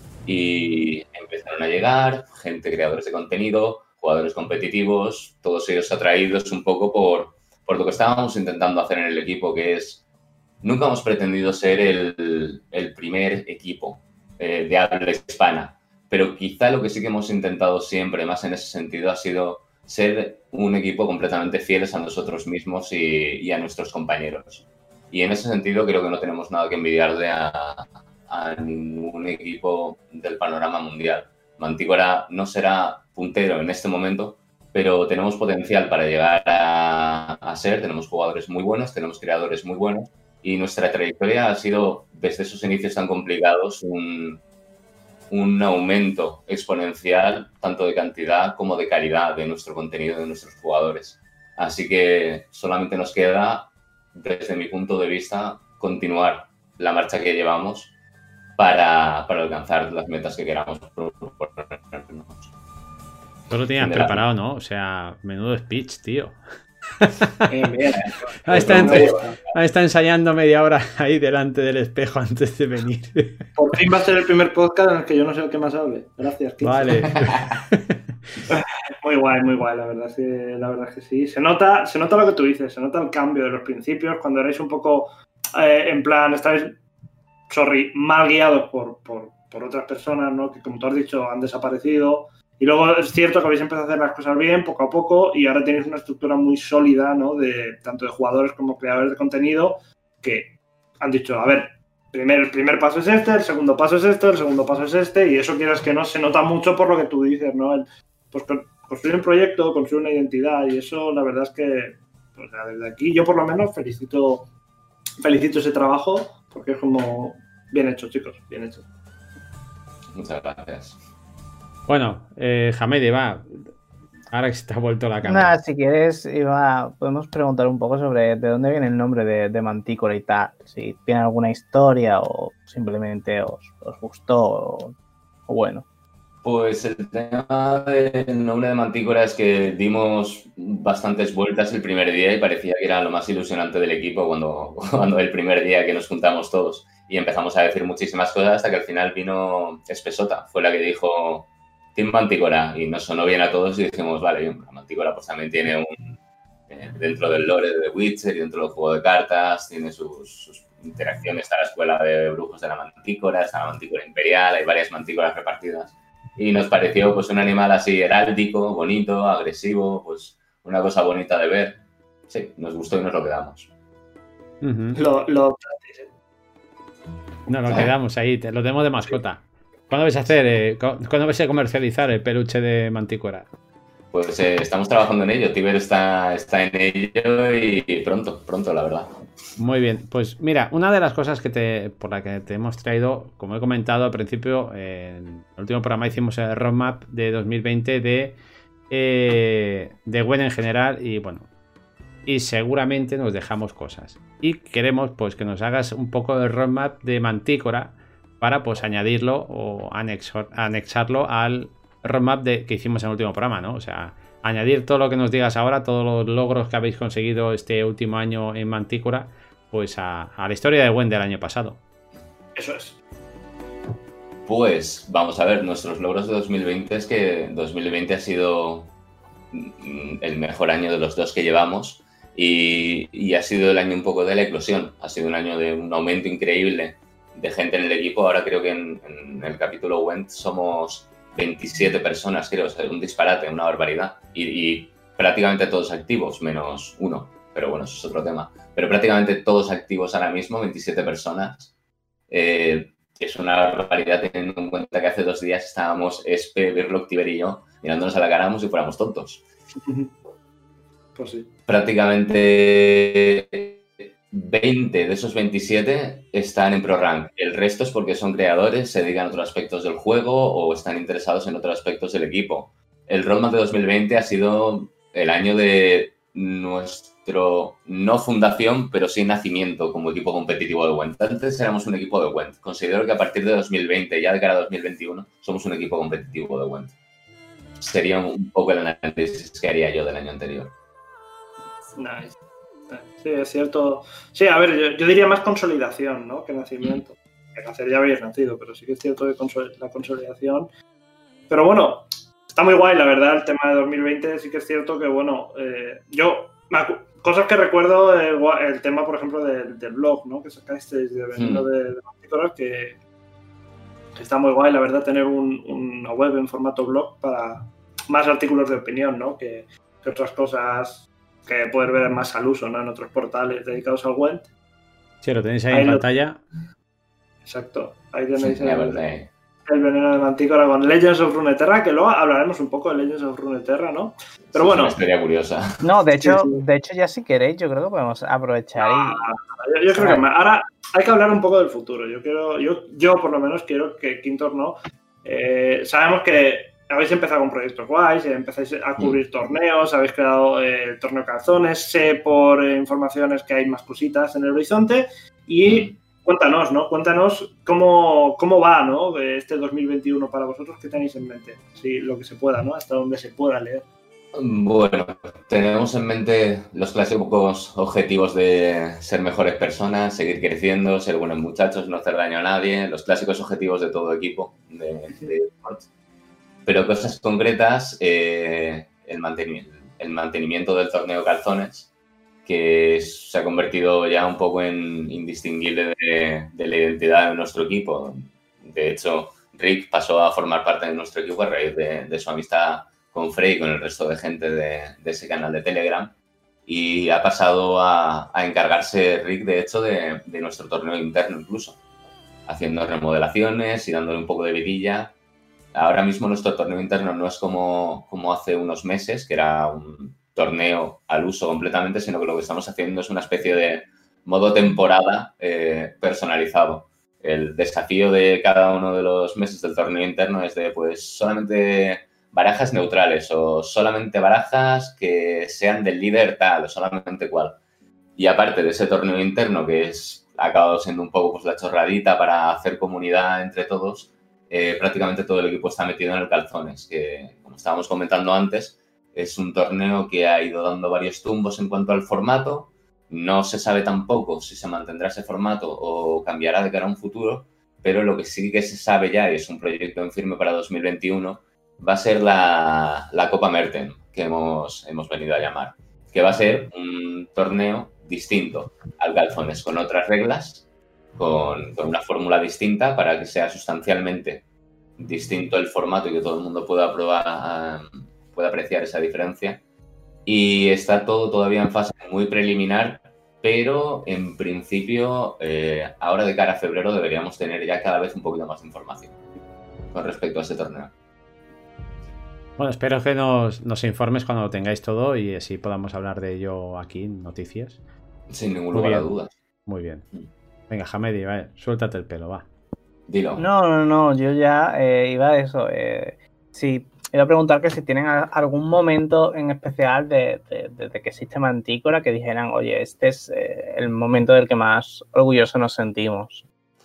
y empezaron a llegar gente, creadores de contenido, jugadores competitivos, todos ellos atraídos un poco por, por lo que estábamos intentando hacer en el equipo, que es, nunca hemos pretendido ser el, el primer equipo eh, de habla hispana. Pero quizá lo que sí que hemos intentado siempre más en ese sentido ha sido ser un equipo completamente fieles a nosotros mismos y, y a nuestros compañeros. Y en ese sentido creo que no tenemos nada que envidiarle a, a ningún equipo del panorama mundial. Mantícora no será puntero en este momento, pero tenemos potencial para llegar a, a ser. Tenemos jugadores muy buenos, tenemos creadores muy buenos, y nuestra trayectoria ha sido, desde esos inicios tan complicados, un... un aumento exponencial tanto de cantidad como de calidad de nuestro contenido, de nuestros jugadores. Así que solamente nos queda, desde mi punto de vista, continuar la marcha que llevamos para, para alcanzar las metas que queramos proponernos. Tú lo tenías preparado, ¿no? O sea, menudo speech, tío. Eh, bien, eh. Ahí está, entre, ahí está ensayando media hora ahí delante del espejo antes de venir. Por fin va a ser el primer podcast en el que yo no sé qué más hable. Gracias, Kit. Vale. Muy guay, muy guay, la verdad es que, la verdad es que sí. Se nota, se nota lo que tú dices, se nota el cambio de los principios, cuando erais un poco, eh, en plan, estáis, sorry, mal guiados por, por, por otras personas, ¿no? Que como tú has dicho, han desaparecido. Y luego es cierto que habéis empezado a hacer las cosas bien, poco a poco, y ahora tenéis una estructura muy sólida, ¿no? De, tanto de jugadores como creadores de contenido, que han dicho, a ver, primer, el primer paso es este, el segundo paso es este, el segundo paso es este, y eso quieras que no, se nota mucho por lo que tú dices, ¿no? El, pues construir un proyecto, construir una identidad, y eso la verdad es que, pues desde aquí yo por lo menos felicito, felicito ese trabajo, porque es como bien hecho, chicos, bien hecho. Muchas gracias. Bueno, eh, Hamedi, va. Ahora que se te ha vuelto la cámara. Nada, si quieres, Iba, podemos preguntar un poco sobre de dónde viene el nombre de, de Mantícora y tal. Si tiene alguna historia o simplemente os, os gustó o, o bueno. Pues el tema del nombre de Mantícora es que dimos bastantes vueltas el primer día y parecía que era lo más ilusionante del equipo cuando, cuando el primer día que nos juntamos todos. Y empezamos a decir muchísimas cosas hasta que al final vino Espesota, fue la que dijo Team Mantícora, y nos sonó bien a todos y dijimos, vale, bien, Mantícora pues también tiene un, eh, dentro del lore de The Witcher y dentro del juego de cartas, tiene sus, sus interacciones, está la escuela de brujos de la Mantícora, está la Mantícora Imperial, hay varias Mantícoras repartidas, y nos pareció pues un animal así heráldico, bonito, agresivo, pues una cosa bonita de ver. Sí, nos gustó y nos lo quedamos. Uh-huh. Lo, lo... No, lo quedamos ahí, te, lo tenemos de mascota. ¿Cuándo vais a hacer, eh, cuándo vais a comercializar el peluche de Mantícora? Pues eh, estamos trabajando en ello, Tiber está, está en ello y pronto, pronto, la verdad. Muy bien, pues mira, una de las cosas que te, por la que te hemos traído, como he comentado al principio, eh, en el último programa hicimos el roadmap de dos mil veinte de, eh, de Gwen en general y bueno, y seguramente nos dejamos cosas. Y queremos pues que nos hagas un poco de roadmap de Mantícora para pues añadirlo o anexar, anexarlo al roadmap de, que hicimos en el último programa, ¿no? O sea, añadir todo lo que nos digas ahora, todos los logros que habéis conseguido este último año en Mantícora, pues a, a la historia de Gwent del año pasado. Eso es. Pues vamos a ver, nuestros logros de dos mil veinte es que dos mil veinte ha sido el mejor año de los dos que llevamos y, y ha sido el año un poco de la eclosión. Ha sido un año de un aumento increíble de gente en el equipo. Ahora creo que en, en el capítulo Gwent somos veintisiete personas, creo, o sea, un disparate, una barbaridad. Y, y prácticamente todos activos, menos uno, pero bueno, eso es otro tema. Pero prácticamente todos activos ahora mismo, veintisiete personas. Eh, es una barbaridad teniendo en cuenta que hace dos días estábamos Espe, Birlock, Tiber y yo mirándonos a la cara como si fuéramos tontos. Pues sí. Prácticamente veinte de esos veintisiete están en ProRank. El resto es porque son creadores, se dedican a otros aspectos del juego o están interesados en otros aspectos del equipo. El roadmap de dos mil veinte ha sido el año de nuestro, no fundación, pero sí nacimiento como equipo competitivo de Gwent. Antes éramos un equipo de Gwent. Considero que a partir de dos mil veinte, ya de cara a dos mil veintiuno, somos un equipo competitivo de Gwent. Sería un poco el análisis que haría yo del año anterior. Nice. Sí, es cierto. Sí, a ver, yo, yo diría más consolidación, ¿no? Que nacimiento. Que nacer ya habéis nacido, pero sí que es cierto que consol- la consolidación. Pero bueno, está muy guay, la verdad, el tema de dos mil veinte. Sí que es cierto que, bueno, eh, yo, cosas que recuerdo, el, el tema, por ejemplo, del, del blog, ¿no? Que sacasteis de venido hmm. de, de Mantícora, que, que está muy guay, la verdad, tener un, una web en formato blog para más artículos de opinión, ¿no? Que, que otras cosas que poder ver más al uso, ¿no? En otros portales dedicados al Gwent. Sí, lo tenéis ahí, ahí en lo... pantalla. Exacto. Ahí tenéis sí, el, el veneno de Mantícora con Legends of Runeterra, que luego hablaremos un poco de Legends of Runeterra, ¿no? Pero sí, bueno. Es una historia curiosa. No, de hecho, sí, sí. de hecho ya si queréis, yo creo que podemos aprovechar ah, y... Yo, yo creo que más. Ahora hay que hablar un poco del futuro. Yo quiero, yo, yo por lo menos quiero que Quintor, ¿no? Eh, sabemos que habéis empezado con proyectos guays, empezáis a cubrir mm. torneos, habéis creado eh, el torneo Calzones, sé por eh, informaciones que hay más cositas en el horizonte y mm. cuéntanos, ¿no? Cuéntanos cómo, cómo va, ¿no? Este dos mil veintiuno para vosotros, ¿qué tenéis en mente? Sí, lo que se pueda, ¿no? Hasta donde se pueda leer. Bueno, tenemos en mente los clásicos objetivos de ser mejores personas, seguir creciendo, ser buenos muchachos, no hacer daño a nadie, los clásicos objetivos de todo equipo de, de esports. Pero cosas concretas, eh, el, mantenimiento, el mantenimiento del torneo Calzones, que se ha convertido ya un poco en indistinguible de, de la identidad de nuestro equipo. De hecho, Rick pasó a formar parte de nuestro equipo a raíz de, de su amistad con Frey y con el resto de gente de, de ese canal de Telegram. Y ha pasado a, a encargarse Rick, de hecho, de, de nuestro torneo interno incluso, haciendo remodelaciones y dándole un poco de vidilla. Ahora mismo nuestro torneo interno no es como, como hace unos meses, que era un torneo al uso completamente, sino que lo que estamos haciendo es una especie de modo temporada eh, personalizado. El desafío de cada uno de los meses del torneo interno es de pues solamente barajas neutrales o solamente barajas que sean del líder tal o solamente cual. Y aparte de ese torneo interno, que es, ha acabado siendo un poco pues, la chorradita para hacer comunidad entre todos, Eh, prácticamente todo el equipo está metido en el Calzones, que, como estábamos comentando antes, es un torneo que ha ido dando varios tumbos en cuanto al formato. No se sabe tampoco si se mantendrá ese formato o cambiará de cara a un futuro, pero lo que sí que se sabe ya, y es un proyecto en firme para dos mil veintiuno, va a ser la, la Copa Merten, que hemos, hemos venido a llamar, que va a ser un torneo distinto al Calzones, con otras reglas, Con, con una fórmula distinta para que sea sustancialmente distinto el formato y que todo el mundo pueda probar, um, pueda apreciar esa diferencia. Y está todo todavía en fase muy preliminar, pero en principio, eh, ahora de cara a febrero deberíamos tener ya cada vez un poquito más de información con respecto a este torneo. Bueno, espero que nos, nos informes cuando lo tengáis todo y así podamos hablar de ello aquí en Noticias. Sin ningún lugar a dudas. Muy bien. Venga, Hamedi, vale, suéltate el pelo, va. Dilo. No, no, no, yo ya eh, iba a eso. Eh, sí, Iba a preguntar que si tienen algún momento en especial de, de, de, de que existe Mantícora que dijeran, oye, este es eh, el momento del que más orgullosos nos sentimos.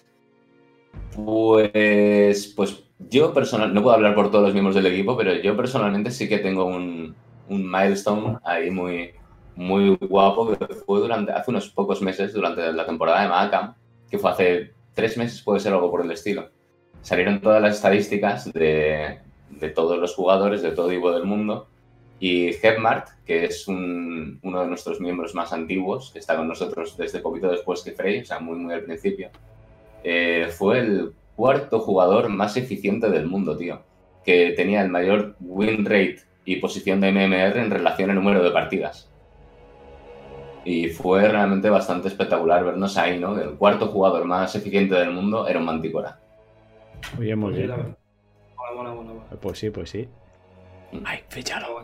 Pues, pues yo personalmente, no puedo hablar por todos los miembros del equipo, pero yo personalmente sí que tengo un, un milestone ahí muy, muy guapo que fue durante, hace unos pocos meses, durante la temporada de Mahakam, que fue hace tres meses, puede ser algo por el estilo. Salieron todas las estadísticas de, de todos los jugadores de todo tipo del mundo y Hepmart, que es un, uno de nuestros miembros más antiguos, que está con nosotros desde poquito después que Frey, o sea, muy, muy al principio, eh, fue el cuarto jugador más eficiente del mundo, tío, que tenía el mayor win rate y posición de M M R en relación al número de partidas. Y fue realmente bastante espectacular vernos ahí, ¿no? El cuarto jugador más eficiente del mundo era un Mantícora. Oye, muy bien. Mola, mola, mola, mola. Pues sí, pues sí. Ay, fichalo.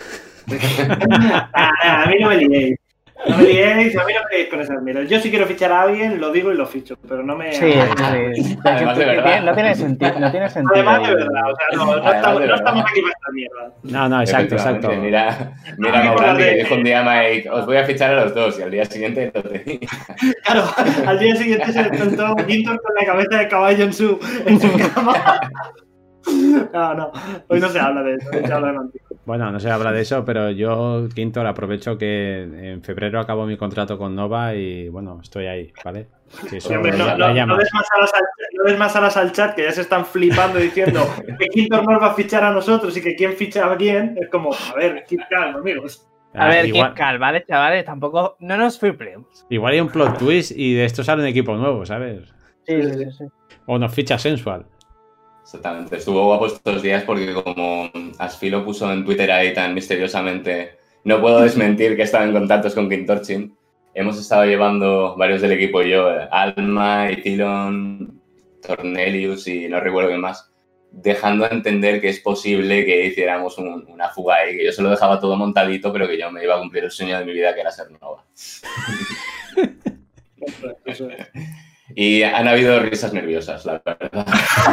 Ah, nah, a mí no me liéis. No me liéis, a mí no me liéis con esas miras. Yo si quiero fichar a alguien, lo digo y lo ficho, pero no me... Sí, sí. Además de verdad. No tiene sentido. No tiene sentido. Además de verdad, o sea, no, no, estamos, no estamos aquí para esta mierda. No, no, exacto, exacto. Mira, mira a Maurandi que dijo un día a Mike, os voy a fichar a los dos, y al día siguiente lo tenía. Claro, al día siguiente se despertó Gintor con la cabeza de caballo en su, en su cama. No, no, hoy no se habla de eso, hoy se habla de Mantícora. Bueno, no se habla de eso, pero yo, Quintor, aprovecho que en febrero acabo mi contrato con Nova y, bueno, estoy ahí, ¿vale? Que eso Sí, hombre, ya- no, ya no, no, llamas. des más alas al, no des más alas al chat, que ya se están flipando diciendo que Quintor nos va a fichar a nosotros y que quién ficha a quién. Es como, a ver, keep calm, amigos. A Ah, ver, igual, Keep Calm, ¿vale, chavales? Tampoco... No nos flipemos. igual hay un plot twist y de esto sale un equipo nuevo, ¿sabes? Sí, sí, sí. sí. O nos ficha Sensual. Exactamente, estuvo guapo estos días porque como Asfilo puso en Twitter ahí tan misteriosamente, no puedo desmentir que estaba en contactos con Quintorchin, hemos estado llevando varios del equipo y yo, Alma, Ithilon, Tornelius y no recuerdo qué más, dejando a entender que es posible que hiciéramos un, una fuga ahí, que yo se lo dejaba todo montadito, pero que yo me iba a cumplir el sueño de mi vida, que era ser Nova. Eso es. Y han habido risas nerviosas, la verdad.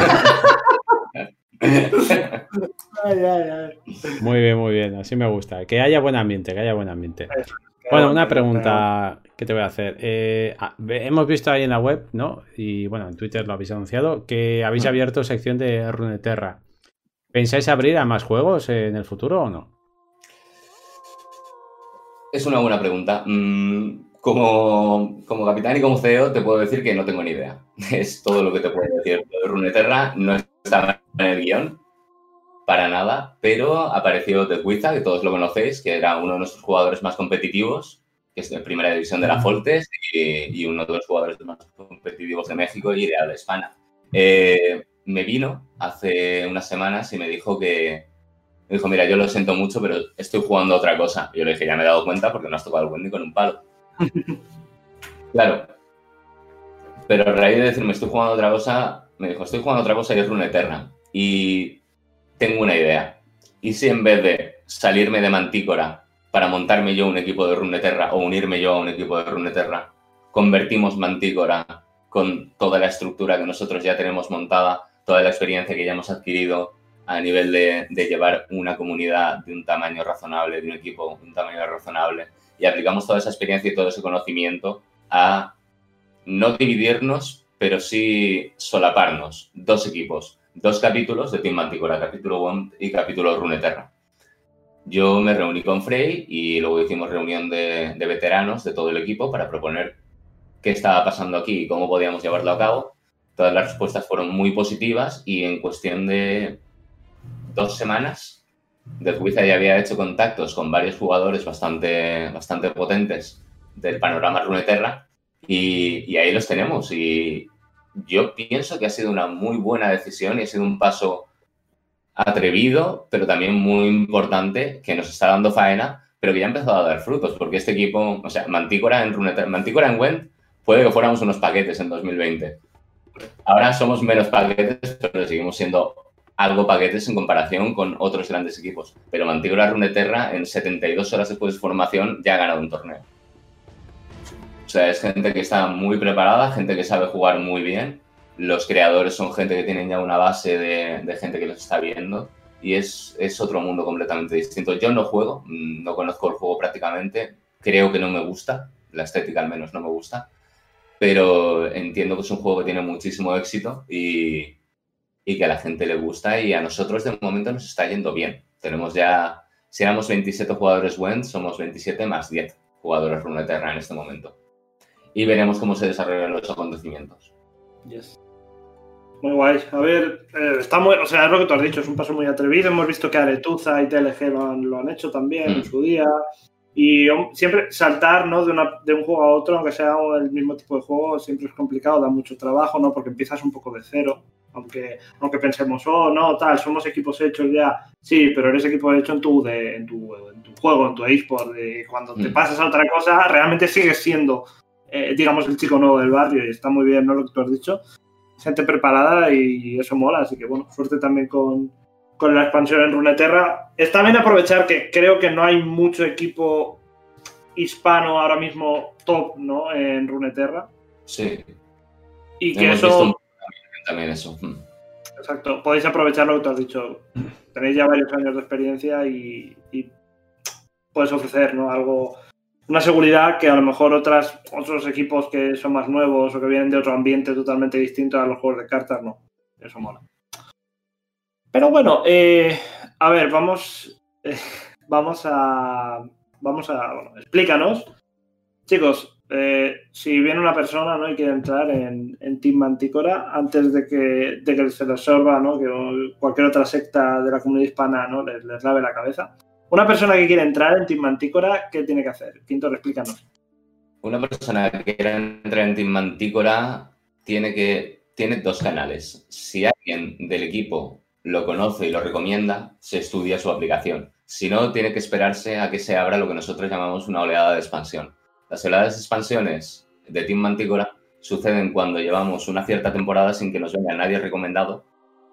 Ay, ay, ay. Muy bien, muy bien. Así me gusta. Que haya buen ambiente, que haya buen ambiente. Bueno, una pregunta que te voy a hacer. Eh, ah, ve- hemos visto ahí en la web, ¿no? Y bueno, en Twitter lo habéis anunciado, que habéis abierto sección de Runeterra. ¿Pensáis abrir a más juegos en el futuro o no? Es una buena pregunta. Mm, Como, como capitán y como C E O te puedo decir que no tengo ni idea. Es todo lo que te puedo decir. Lo de Runeterra no estaba en el guión, para nada, pero apareció The Wizard, que todos lo conocéis, que era uno de nuestros jugadores más competitivos, que es de primera división de la Foltes y, y uno de los jugadores más competitivos de México y de habla hispana. Eh, me vino hace unas semanas y me dijo que me dijo, mira, yo lo siento mucho, pero estoy jugando a otra cosa. Y yo le dije, ya me he dado cuenta porque no has tocado el Wendy con un palo. Claro. Pero a raíz de decirme, estoy jugando a otra cosa, me dijo, estoy jugando a otra cosa y es Runeterra. Y tengo una idea. ¿Y si en vez de salirme de Mantícora para montarme yo un equipo de Runeterra o unirme yo a un equipo de Runeterra, convertimos Mantícora con toda la estructura que nosotros ya tenemos montada, toda la experiencia que ya hemos adquirido a nivel de, de llevar una comunidad de un tamaño razonable, de un equipo de un tamaño razonable, y aplicamos toda esa experiencia y todo ese conocimiento a no dividirnos, pero sí solaparnos. Dos equipos, dos capítulos de Team Mantícora, capítulo uno y capítulo Runeterra. Yo me reuní con Frey y luego hicimos reunión de, de veteranos de todo el equipo para proponer qué estaba pasando aquí y cómo podíamos llevarlo a cabo. Todas las respuestas fueron muy positivas y en cuestión de dos semanas The Wizard ya había hecho contactos con varios jugadores bastante, bastante potentes del panorama Runeterra y, y ahí los tenemos. Y yo pienso que ha sido una muy buena decisión y ha sido un paso atrevido, pero también muy importante, que nos está dando faena, pero que ya ha empezado a dar frutos, porque este equipo, o sea, Mantícora en Runeterra, Mantícora en Gwent, puede que fuéramos unos paquetes en dos mil veinte. Ahora somos menos paquetes, pero seguimos siendo algo paquetes en comparación con otros grandes equipos. Pero Mantícora Runeterra, en setenta y dos horas después de su formación, ya ha ganado un torneo. O sea, es gente que está muy preparada, gente que sabe jugar muy bien. Los creadores son gente que tienen ya una base de, de gente que los está viendo. y es, es otro mundo completamente distinto. Yo no juego, no conozco el juego prácticamente, creo que no me gusta, la estética al menos no me gusta, pero entiendo que es un juego que tiene muchísimo éxito y, y que a la gente le gusta, y a nosotros de momento nos está yendo bien. Tenemos ya, si éramos veintisiete jugadores Gwent, somos veintisiete más diez jugadores Runeterra en este momento. Y veremos cómo se desarrollan los acontecimientos. Yes. Muy guay. A ver, eh, está muy, o sea, es lo que tú has dicho, es un paso muy atrevido. Hemos visto que Aretuza y T L G lo han, lo han hecho también mm. en su día. Y um, siempre saltar, ¿no? de, una, de un juego a otro, aunque sea el mismo tipo de juego, siempre es complicado, da mucho trabajo, ¿no? Porque empiezas un poco de cero. Aunque, aunque pensemos, oh, no, tal, somos equipos hechos ya. Sí, pero eres equipo hecho en tu, de, en tu, en tu juego, en tu eSport. De, cuando mm. te pasas a otra cosa, realmente sigues siendo, eh, digamos, el chico nuevo del barrio. Y está muy bien, ¿no? Lo que tú has dicho. Gente preparada y eso mola. Así que, bueno, suerte también con, con la expansión en Runeterra. Es también aprovechar que creo que no hay mucho equipo hispano ahora mismo top, ¿no? En Runeterra. Sí. Y que Hemos eso... visto también eso. Exacto. Podéis aprovechar lo que tú has dicho. Tenéis ya varios años de experiencia y, y puedes ofrecer, ¿no? Algo, una seguridad que a lo mejor otras, otros equipos que son más nuevos o que vienen de otro ambiente totalmente distinto a los juegos de cartas, no. Eso mola. Pero bueno, eh, a ver, vamos, eh, vamos a, vamos a, bueno, explícanos, chicos, eh, si viene una persona, ¿no? y quiere entrar en, en Team Mantícora, antes de que, de que se les sorba, ¿no? que cualquier otra secta de la comunidad hispana, ¿no? les, les lave la cabeza. Una persona que quiere entrar en Team Mantícora, ¿qué tiene que hacer? Quintor, explícanos. Una persona que quiera entrar en Team Mantícora tiene que tiene dos canales. Si alguien del equipo lo conoce y lo recomienda, se estudia su aplicación. Si no, tiene que esperarse a que se abra lo que nosotros llamamos una oleada de expansión. Las oleadas de expansiones de Team Mantícora suceden cuando llevamos una cierta temporada sin que nos venga nadie recomendado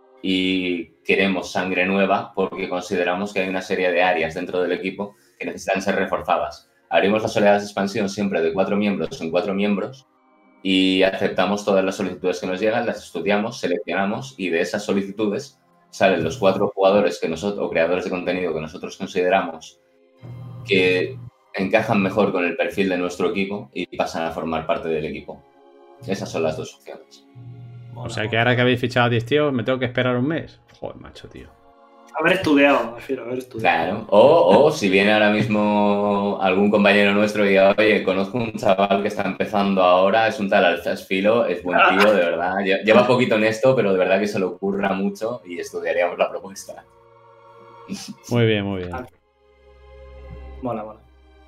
y queremos sangre nueva porque consideramos que hay una serie de áreas dentro del equipo que necesitan ser reforzadas. Abrimos las oleadas de expansión siempre de cuatro miembros en cuatro miembros y aceptamos todas las solicitudes que nos llegan, las estudiamos, seleccionamos y de esas solicitudes salen los cuatro jugadores que nosotros, o creadores de contenido que nosotros consideramos que encajan mejor con el perfil de nuestro equipo y pasan a formar parte del equipo. Esas son las dos opciones. O sea que ahora que habéis fichado a diez tíos, ¿me tengo que esperar un mes? Joder, macho, tío. Haber estudiado, prefiero haber estudiado. Claro. O, o si viene ahora mismo algún compañero nuestro y diga, oye, conozco un chaval que está empezando ahora, es un tal Alzasfilo, es buen tío, de verdad. Lleva poquito en esto, pero de verdad que se le ocurra mucho y estudiaríamos la propuesta. Muy bien, muy bien. Mola, mola.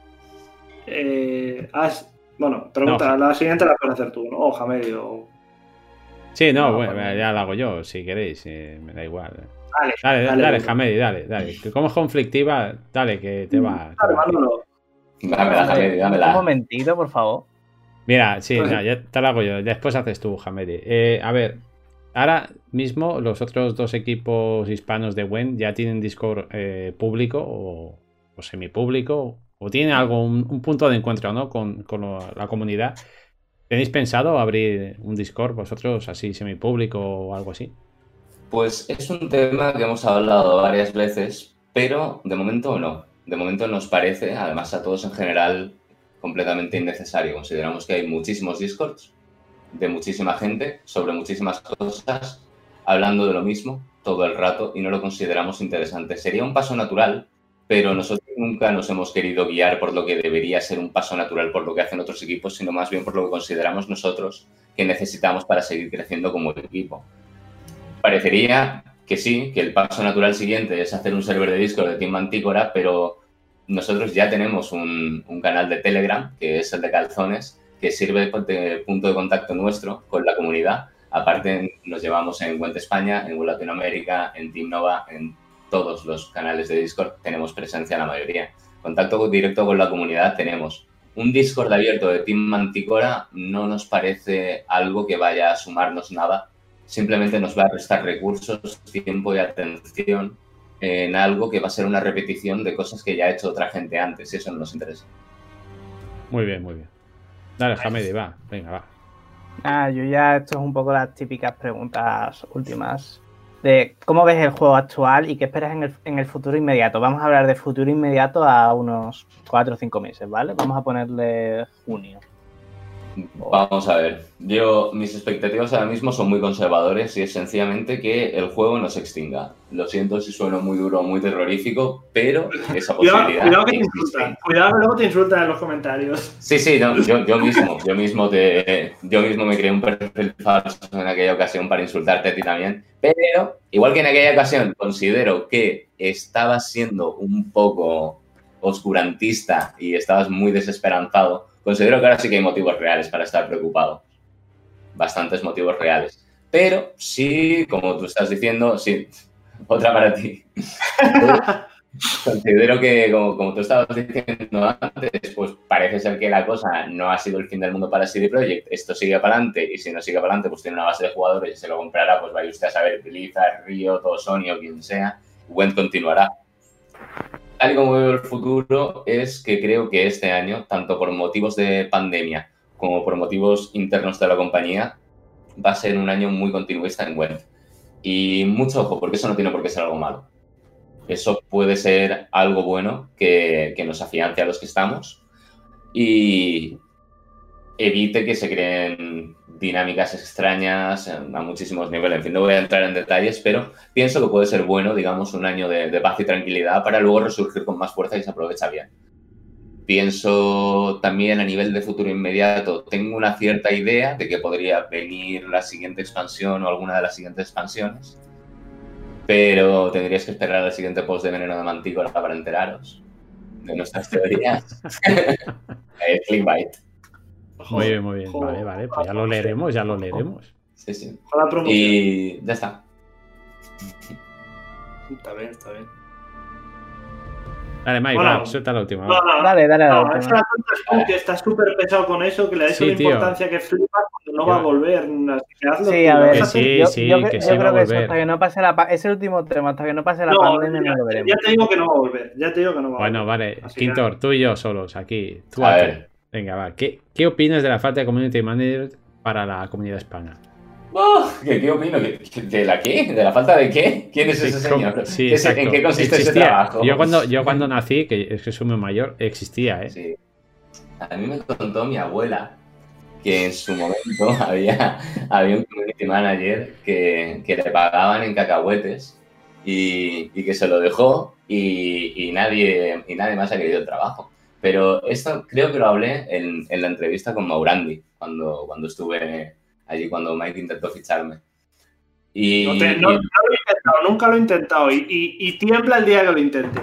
Eh, has, bueno, pregunta, no. La siguiente la puedes hacer tú, ¿no? O Hamedi o... Sí, no, no bueno, bueno. ya la hago yo, si queréis, eh, me da igual. Dale, dale, dale, dale, dale. Hamedi, dale, dale. Que como es conflictiva, dale, que te va. Dale, Manolo. Dámela, Hamedi, dámela. Un momentito, por favor. Mira, sí, Pues... no, ya te la hago yo. Después haces tú, Hamedi. Eh, a ver, ahora mismo los otros dos equipos hispanos de Gwent ya tienen Discord eh, público o, o semipúblico, o tienen algo, un, un punto de encuentro, ¿no? con, con lo, la comunidad. ¿Tenéis pensado abrir un Discord vosotros así semipúblico o algo así? Pues es un tema que hemos hablado varias veces, pero de momento no. De momento nos parece, además a todos en general, completamente innecesario. Consideramos que hay muchísimos Discords de muchísima gente sobre muchísimas cosas, hablando de lo mismo todo el rato y no lo consideramos interesante. Sería un paso natural, pero nosotros nunca nos hemos querido guiar por lo que debería ser un paso natural por lo que hacen otros equipos, sino más bien por lo que consideramos nosotros que necesitamos para seguir creciendo como equipo. Parecería que sí, que el paso natural siguiente es hacer un server de Discord de Team Mantícora, pero nosotros ya tenemos un, un canal de Telegram, que es el de Calzones, que sirve de punto de contacto nuestro con la comunidad. Aparte, nos llevamos en Gwent España, en Gwent Latinoamérica, en Team Nova, en todos los canales de Discord tenemos presencia en la mayoría. Contacto directo con la comunidad tenemos. Un Discord abierto de Team Mantícora no nos parece algo que vaya a sumarnos nada. Simplemente nos va a restar recursos, tiempo y atención en algo que va a ser una repetición de cosas que ya ha hecho otra gente antes. Y eso no nos interesa. Muy bien, muy bien. Dale, Hamedi, va. Venga, va. Ah, yo ya, esto es un poco las típicas preguntas últimas. de cómo ves el juego actual y qué esperas en el, en el futuro inmediato. Vamos a hablar de futuro inmediato a unos cuatro o cinco meses, ¿vale? Vamos a ponerle junio. Vamos a ver, yo mis expectativas ahora mismo son muy conservadores y es sencillamente que el juego no se extinga. Lo siento si sueno muy duro, muy terrorífico, pero esa Cuidado, posibilidad cuidado que te existe. insultan. Cuidado que luego te insultan en los comentarios. Sí, sí, no, yo, yo mismo, yo mismo te, yo mismo me creé un perfil falso en aquella ocasión para insultarte a ti también, pero igual que en aquella ocasión considero que estabas siendo un poco oscurantista y estabas muy desesperanzado, considero que ahora sí que hay motivos reales para estar preocupado. Bastantes motivos reales. Pero sí, como tú estás diciendo, sí, otra para ti. Considero que, como, como tú estabas diciendo antes, pues parece ser que la cosa no ha sido el fin del mundo para C D Projekt. Esto sigue para adelante y si no sigue para adelante, pues tiene una base de jugadores y se lo comprará, pues vaya usted a saber, Blizzard, Riot o Sony o quien sea. Gwent continuará. Tal y como veo el futuro, es que creo que este año, tanto por motivos de pandemia como por motivos internos de la compañía, va a ser un año muy continuista en Gwent. Y mucho ojo, porque eso no tiene por qué ser algo malo. Eso puede ser algo bueno que, que nos afiance a los que estamos y evite que se creen dinámicas extrañas a muchísimos niveles. En fin, no voy a entrar en detalles, pero pienso que puede ser bueno, digamos, un año de, de paz y tranquilidad para luego resurgir con más fuerza y se aprovecha bien. Pienso también a nivel de futuro inmediato, tengo una cierta idea de que podría venir la siguiente expansión o alguna de las siguientes expansiones, pero tendríais que esperar al siguiente post de Veneno de Mantícora para enteraros de nuestras teorías. eh, Clickbait. Muy bien, muy bien. Vale, vale, pues ya lo leeremos, ya lo leeremos. Sí, sí. Ojalá Y ya está. Está bien, está bien. Dale, Mike, Bueno, va, suelta la última. No, va. no, Dale, dale, no, dale. es una tonta que está súper pesado con eso, que le da Sí, una tío. importancia que flipa cuando no va a Yo- volver. Así que hazlo Sí, tú, a lo ver, vas a sí, hacer. yo, sí, yo, que yo sí va a creo que eso volver. hasta que no pase la pa- es el último tema, hasta que no pase la No, pandemia no ya, lo veremos. ya te digo que no va a volver. Ya te digo que no va a Bueno, volver. vale, Así Quintor, tú y yo solos aquí. Tú A a tú. ver. Venga, va. ¿Qué, ¿Qué opinas de la falta de community manager para la comunidad hispana? Oh, ¿qué, ¿Qué opino? ¿De, ¿De la qué? ¿De la falta de qué? ¿Quién es Sí, ese ¿cómo? señor? Sí, ¿Qué se- exacto. ¿En qué consiste ese Existía. trabajo? Yo cuando, yo cuando nací, que es que soy muy mayor, existía, ¿eh? Sí. A mí me contó mi abuela que en su momento había, había un community manager que, que le pagaban en cacahuetes y, y que se lo dejó y, y, nadie, y nadie más ha querido el trabajo. Pero esto creo que lo hablé en, en la entrevista con Maurandi, cuando, cuando estuve allí, cuando Mike intentó ficharme. Y, No, te- no- y- no lo he intentado, nunca lo he intentado. Y, y- y tiembla el día que lo intente.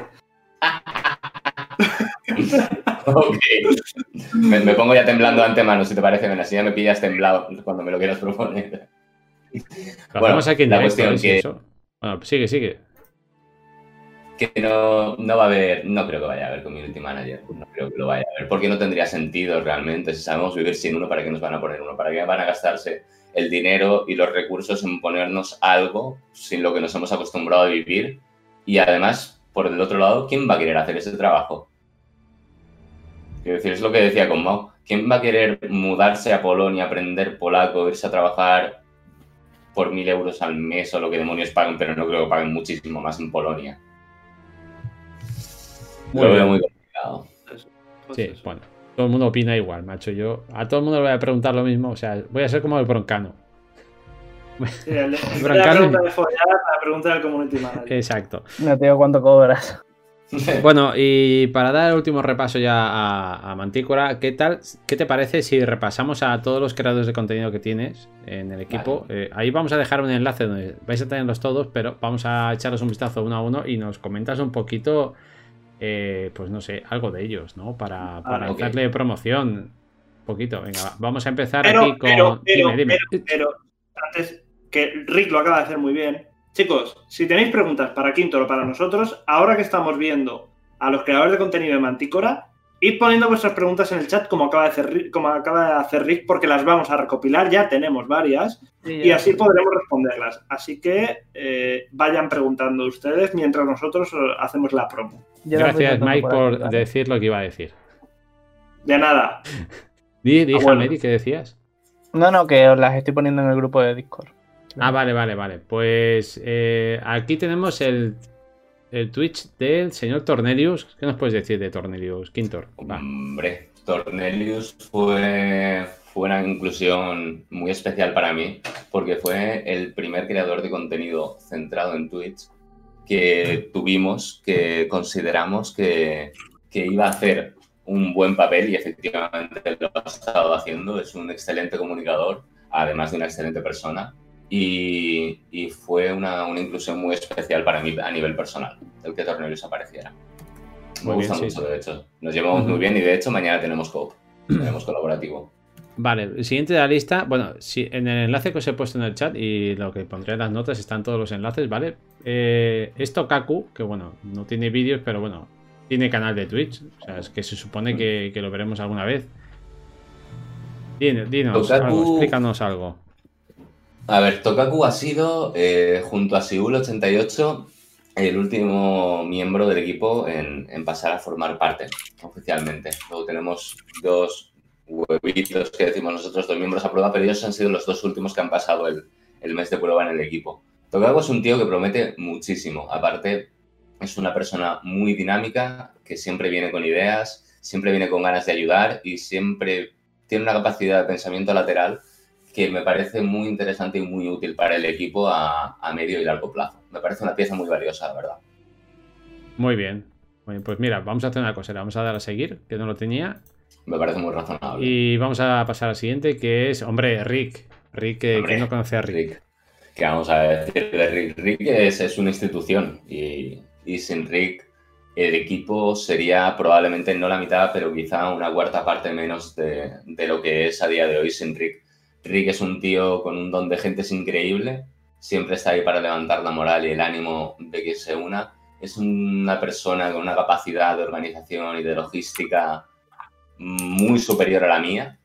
Ok. Me, me pongo ya temblando de antemano, si te parece, ven, así ya me pillas temblado cuando me lo quieras proponer. Lo Bueno, hacemos aquí en la directo, cuestión ¿eh? Si que- eso- Bueno, sigue, sigue. Que no, no va a haber, no creo que vaya a haber community manager, no creo que lo vaya a haber, porque no tendría sentido realmente. Si sabemos vivir sin uno, ¿para qué nos van a poner uno? ¿Para qué van a gastarse el dinero y los recursos en ponernos algo sin lo que nos hemos acostumbrado a vivir? Y además, por el otro lado, ¿quién va a querer hacer ese trabajo? Quiero decir, es lo que decía con Mau. ¿Quién va a querer mudarse a Polonia, aprender polaco, irse a trabajar por mil euros al mes o lo que demonios paguen, pero no creo que paguen muchísimo más en Polonia? Muy Lo veo bien. muy complicado. Pues Sí, eso. bueno. Todo el mundo opina igual, macho. Yo a todo el mundo le voy a preguntar lo mismo. O sea, voy a ser como el broncano. Sí, el, el, el, Broncano- la pregunta de follar, la pregunta del community manager. Exacto. No te digo cuánto cobras. Bueno, y para dar el último repaso ya a, a Mantícora, ¿qué tal? ¿Qué te parece si repasamos a todos los creadores de contenido que tienes en el equipo? Eh, ahí vamos a dejar un enlace donde vais a tenerlos todos, pero vamos a echaros un vistazo uno a uno y nos comentas un poquito, eh, pues no sé, algo de ellos, ¿no? Para, para ok. hacerle promoción. Un poquito, venga, va. Vamos a empezar Pero, aquí con... pero, pero, dime, dime. pero, pero, antes que Rick lo acaba de hacer muy bien. Chicos, si tenéis preguntas para Quintor o para nosotros, ahora que estamos viendo a los creadores de contenido de Mantícora, id poniendo vuestras preguntas en el chat como acaba de hacer Rick, como acaba de hacer Rick porque las vamos a recopilar, ya tenemos varias, y así podremos responderlas. Así que eh, vayan preguntando ustedes mientras nosotros hacemos la promo. Yo las voy Gracias, soltando Mike, por por aquí, ¿vale? decir lo que iba a decir. De nada. Di, di, Ah, bueno. Jamedi, ¿qué decías? No, no, que os las estoy poniendo en el grupo de Discord. Ah, vale, vale, vale. Pues eh, aquí tenemos el, el Twitch del señor Tornelius. ¿Qué nos puedes decir de Tornelius, Quintor? Va. Hombre, Tornelius fue, fue una inclusión muy especial para mí, porque fue el primer creador de contenido centrado en Twitch que tuvimos, que consideramos que, que iba a hacer un buen papel, y efectivamente lo ha estado haciendo. Es un excelente comunicador, además de una excelente persona, y, y fue una, una inclusión muy especial para mí a nivel personal, el que Tornelius apareciera. Me Muy gusta bien, mucho, sí. de hecho. Nos llevamos Ujú. muy bien, y de hecho mañana tenemos co tenemos colaborativo. Vale, el siguiente de la lista, bueno, si en el enlace que os he puesto en el chat y lo que pondré en las notas están todos los enlaces, ¿vale? Eh, es Tokaku, que bueno, no tiene vídeos, pero bueno, tiene canal de Twitch, o sea, es que se supone que, que lo veremos alguna vez. Dinos, dinos Tokaku- algo, explícanos algo. A ver, Tokaku ha sido, eh, junto a Siul ochenta y ocho, el último miembro del equipo en, en pasar a formar parte oficialmente. Luego tenemos dos huevitos que decimos nosotros, dos miembros a prueba, pero ellos han sido los dos últimos que han pasado el, el mes de prueba en el equipo. Tokaku es un tío que promete muchísimo. Aparte, es una persona muy dinámica, que siempre viene con ideas, siempre viene con ganas de ayudar y siempre tiene una capacidad de pensamiento lateral que me parece muy interesante y muy útil para el equipo a, a medio y largo plazo. Me parece una pieza muy valiosa, la verdad. Muy bien. Muy bien, pues mira, vamos a hacer una cosa, le vamos a dar a seguir, que no lo tenía, Me parece muy razonable. y vamos a pasar al siguiente, que es, hombre, Rick. Rick, eh, Hombre, ¿quién no conoce a Rick? Rick. ¿Qué vamos a decir de Rick? Rick es, es una institución, y, y sin Rick el equipo sería probablemente no la mitad, pero quizá una cuarta parte menos de, de lo que es a día de hoy sin Rick. Rick es un tío con un don de gente increíble, siempre está ahí para levantar la moral y el ánimo de que se una. Es una persona con una capacidad de organización y de logística muy superior a la mía,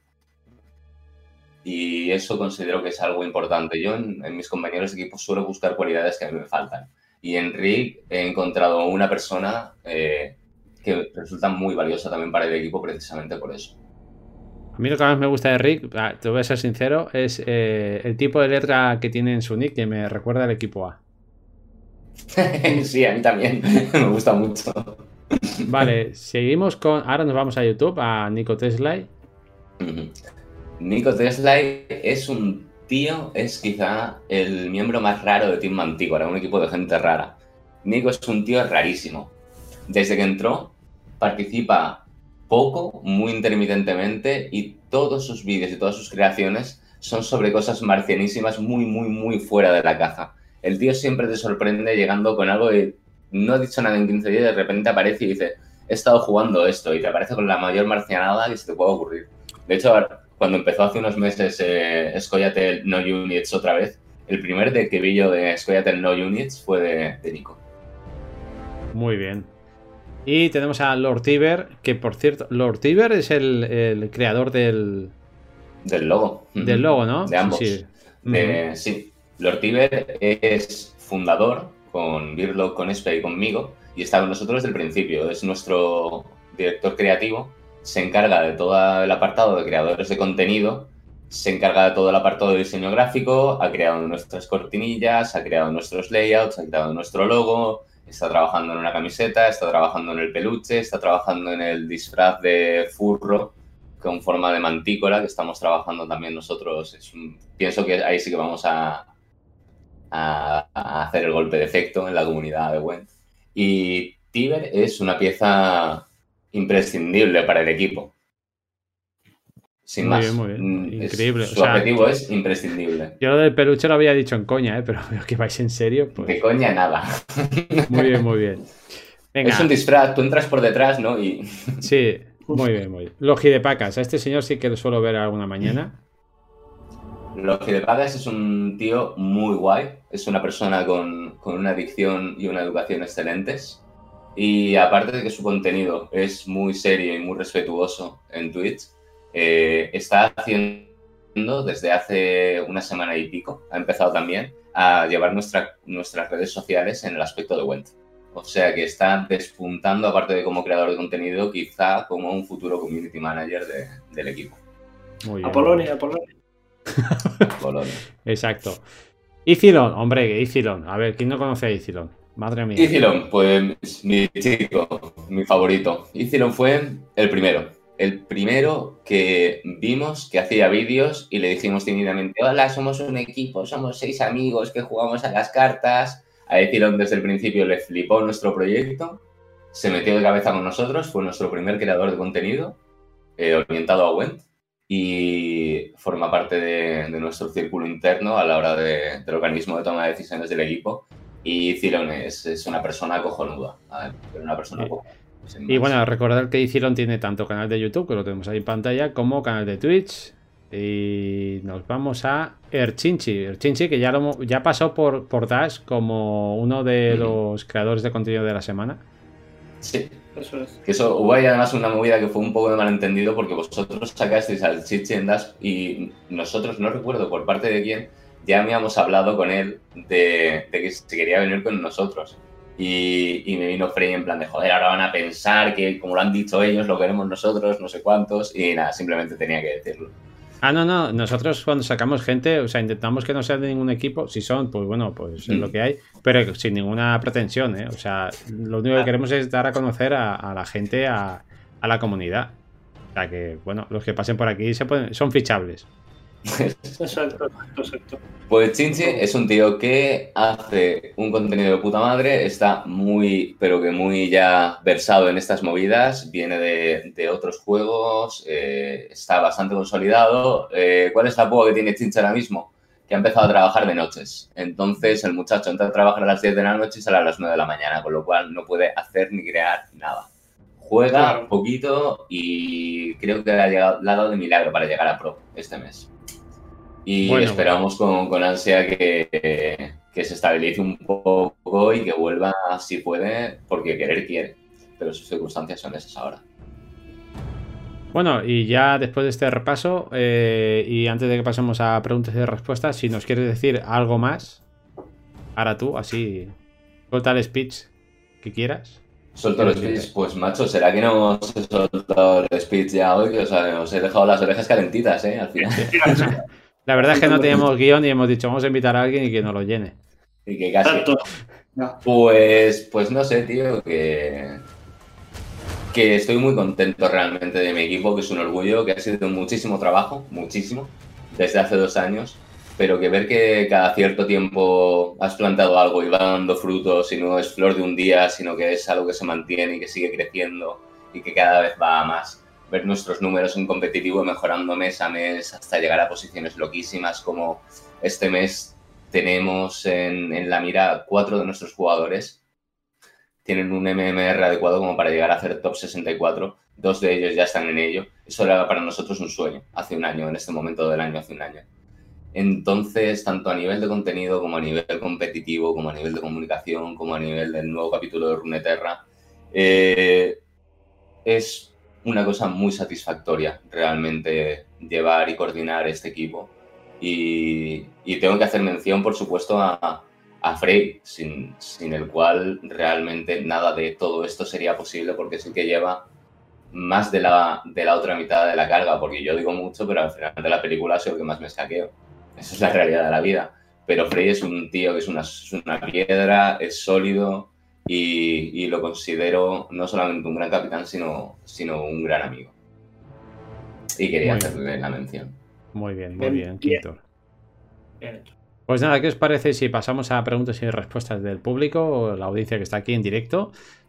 y eso considero que es algo importante. Yo en, en mis compañeros de equipo suelo buscar cualidades que a mí me faltan, y en Rick he encontrado una persona eh, que resulta muy valiosa también para el equipo precisamente por eso. A mí lo que más me gusta de Rick, ah, te voy a ser sincero, es eh, el tipo de letra que tiene en su nick, que me recuerda al equipo A. Sí, a mí también me gusta mucho. Vale, seguimos con... Ahora nos vamos a YouTube, a Nico Tesla. Uh-huh. Nico Tesla es un tío, es quizá el miembro más raro de Team Mantícora, un equipo de gente rara. Nico es un tío rarísimo. Desde que entró, participa poco, muy intermitentemente, y todos sus vídeos y todas sus creaciones son sobre cosas marcianísimas muy, muy, muy fuera de la caja. El tío siempre te sorprende llegando con algo que no ha dicho nada en quince días, y de repente aparece y dice, he estado jugando esto, y te aparece con la mayor marcianada que se te pueda ocurrir. De hecho, cuando empezó hace unos meses eh, Scoia'tael No Units otra vez, el primer de que vi yo de Scoia'tael No Units fue de, de Nico. Muy bien. Y tenemos a Lord Tiber, que por cierto, Lord Tiber es el, el creador del... Del logo. Del logo, ¿no? De ambos. Sí, sí. De, uh-huh. Sí. Lord Tiber es fundador con Birlock, con Espe y conmigo, y está con nosotros desde el principio. Es nuestro director creativo, se encarga de todo el apartado de creadores de contenido, se encarga de todo el apartado de diseño gráfico, ha creado nuestras cortinillas, ha creado nuestros layouts, ha creado nuestro logo, está trabajando en una camiseta, está trabajando en el peluche, está trabajando en el disfraz de furro con forma de mantícora, que estamos trabajando también nosotros. Es un, pienso que ahí sí que vamos a, a, a hacer el golpe de efecto en la comunidad de Gwent. Y Tiber es una pieza imprescindible para el equipo. Sin muy más. Bien, muy bien. Es, Increíble. Su o sea, objetivo es imprescindible. Yo lo del peluche lo había dicho en coña, ¿eh? Pero que vais en serio. Pues... De coña nada. Muy bien, muy bien. Venga. Es un disfraz, tú entras por detrás, ¿no? Y... Sí, muy bien, muy bien. Logi de Pacas, a este señor sí que lo suelo ver alguna mañana. Logi de Pacas es un tío muy guay, es una persona con, con una adicción y una educación excelentes, y aparte de que su contenido es muy serio y muy respetuoso en Twitch, eh, está haciendo desde hace una semana y pico, ha empezado también a llevar nuestra, nuestras redes sociales en el aspecto de Gwent. O sea que está despuntando, aparte de como creador de contenido, quizá como un futuro community manager de, del equipo. Muy bien. A Polonia, a Polonia. Polonia. Exacto. Icilon, hombre, Icilon. A ver, ¿quién no conoce a Icilon? Madre mía. Icilon, pues mi chico, mi favorito. Icilon fue el primero. El primero que vimos que hacía vídeos y le dijimos tímidamente, hola, somos un equipo, somos seis amigos que jugamos a las cartas. A Icilon desde el principio le flipó nuestro proyecto, se metió de cabeza con nosotros, fue nuestro primer creador de contenido eh, orientado a Gwent y forma parte de, de nuestro círculo interno a la hora de, del organismo de toma de decisiones del equipo. Y Icilon es, es una persona cojonuda, ¿vale? Pero una persona cojonuda. Y bueno, recordar que Icilon tiene tanto canal de YouTube, que lo tenemos ahí en pantalla, como canal de Twitch. Y nos vamos a Erchinchi. Erchinchi, que ya, lo, ya pasó por, por Dash como uno de los creadores de contenido de la semana. Sí, eso es. Que eso, hubo ahí además una movida que fue un poco de malentendido porque vosotros sacasteis al Chichi en Dash y nosotros, no recuerdo por parte de quién, ya habíamos hablado con él de, de que se quería venir con nosotros. Y, y me vino Frey en plan de, joder, ahora van a pensar que como lo han dicho ellos, lo queremos nosotros, no sé cuántos. Y nada, simplemente tenía que decirlo. Ah, no, no, nosotros cuando sacamos gente, o sea, intentamos que no sean de ningún equipo, si son, pues bueno, pues es mm. lo que hay, pero sin ninguna pretensión, ¿eh? O sea, lo único que queremos es dar a conocer a, a la gente, a, a la comunidad. O sea que, bueno, los que pasen por aquí se pueden, son fichables. Exacto, exacto. Pues Chinchi es un tío que hace un contenido de puta madre, está muy, pero que muy ya versado en estas movidas, viene de, de otros juegos, eh, está bastante consolidado. Eh, ¿Cuál es la púa que tiene Chinchi ahora mismo? Que ha empezado a trabajar de noches. Entonces el muchacho entra a trabajar a las diez de la noche y sale a las nueve de la mañana, con lo cual no puede hacer ni crear nada. Juega claro. poquito y creo que le ha, llegado, le ha dado de milagro para llegar a Pro este mes. Y bueno, esperamos con, con ansia que, que se estabilice un poco y que vuelva si puede, porque querer quiere. Pero sus circunstancias son esas ahora. Bueno, y ya después de este repaso, eh, y antes de que pasemos a preguntas y respuestas, si nos quieres decir algo más, ahora tú, así, suelta el speech que quieras. Suelto el speech, pues macho, ¿será que no os he soltado el speech ya hoy? Que os, os he dejado las orejas calentitas, ¿eh? Al final. La verdad es que no teníamos guión y hemos dicho vamos a invitar a alguien y que nos lo llene. Y que casi. Pues, pues no sé, tío, que, que estoy muy contento realmente de mi equipo, que es un orgullo, que ha sido muchísimo trabajo, muchísimo, desde hace dos años, pero que ver que cada cierto tiempo has plantado algo y va dando frutos y no es flor de un día, sino que es algo que se mantiene y que sigue creciendo y que cada vez va a más. Ver nuestros números en competitivo mejorando mes a mes hasta llegar a posiciones loquísimas, como este mes tenemos en, en la mira cuatro de nuestros jugadores tienen un M M R adecuado como para llegar a hacer top sesenta y cuatro, dos de ellos ya están en ello. Eso era para nosotros un sueño hace un año, en este momento del año hace un año. Entonces, tanto a nivel de contenido como a nivel competitivo, como a nivel de comunicación, como a nivel del nuevo capítulo de Runeterra, eh, es una cosa muy satisfactoria realmente llevar y coordinar este equipo. Y, y tengo que hacer mención, por supuesto, a, a Frey, sin, sin el cual realmente nada de todo esto sería posible, porque es el que lleva más de la, de la otra mitad de la carga, porque yo digo mucho, pero al final de la película soy el que más me escaqueo. Esa es la realidad de la vida. Pero Frey es un tío que es una, es una piedra, es sólido, Y, y lo considero no solamente un gran capitán, sino, sino un gran amigo. Y quería muy hacerle bien la mención. Muy bien, muy bien, Quintor. Pues nada, ¿qué os parece si pasamos a preguntas y respuestas del público, la audiencia que está aquí en directo?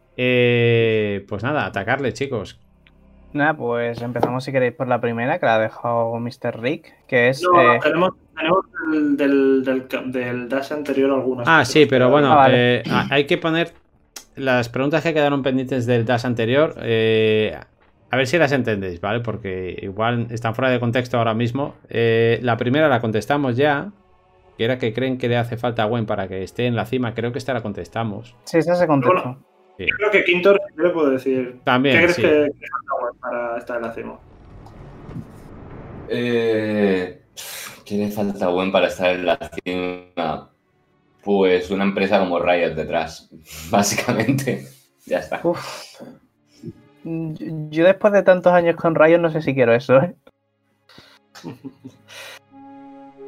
Eh, pues nada, atacarle, chicos. Nada, pues empezamos si queréis por la primera, que la ha dejado mister Rick, que es... No, eh... tenemos, tenemos del, del, del, del dash anterior algunas. Ah, sí, pero bueno, ah, vale. eh, hay que poner las preguntas que quedaron pendientes del dash anterior, eh, a ver si las entendéis, ¿vale? Porque igual están fuera de contexto ahora mismo. Eh, la primera la contestamos ya, que era que creen que le hace falta a Gwen para que esté en la cima. Creo que esta la contestamos. Sí, esa se contestó. Bueno, sí. Yo creo que Quintor, yo le puedo decir. También, ¿Qué crees sí. que, que falta a Gwen para estar en la cima? Eh, ¿Qué le falta a Gwen para estar en la cima? Pues una empresa como Riot detrás, básicamente. Ya está. Uf. Yo después de tantos años con Riot no sé si quiero eso, ¿eh?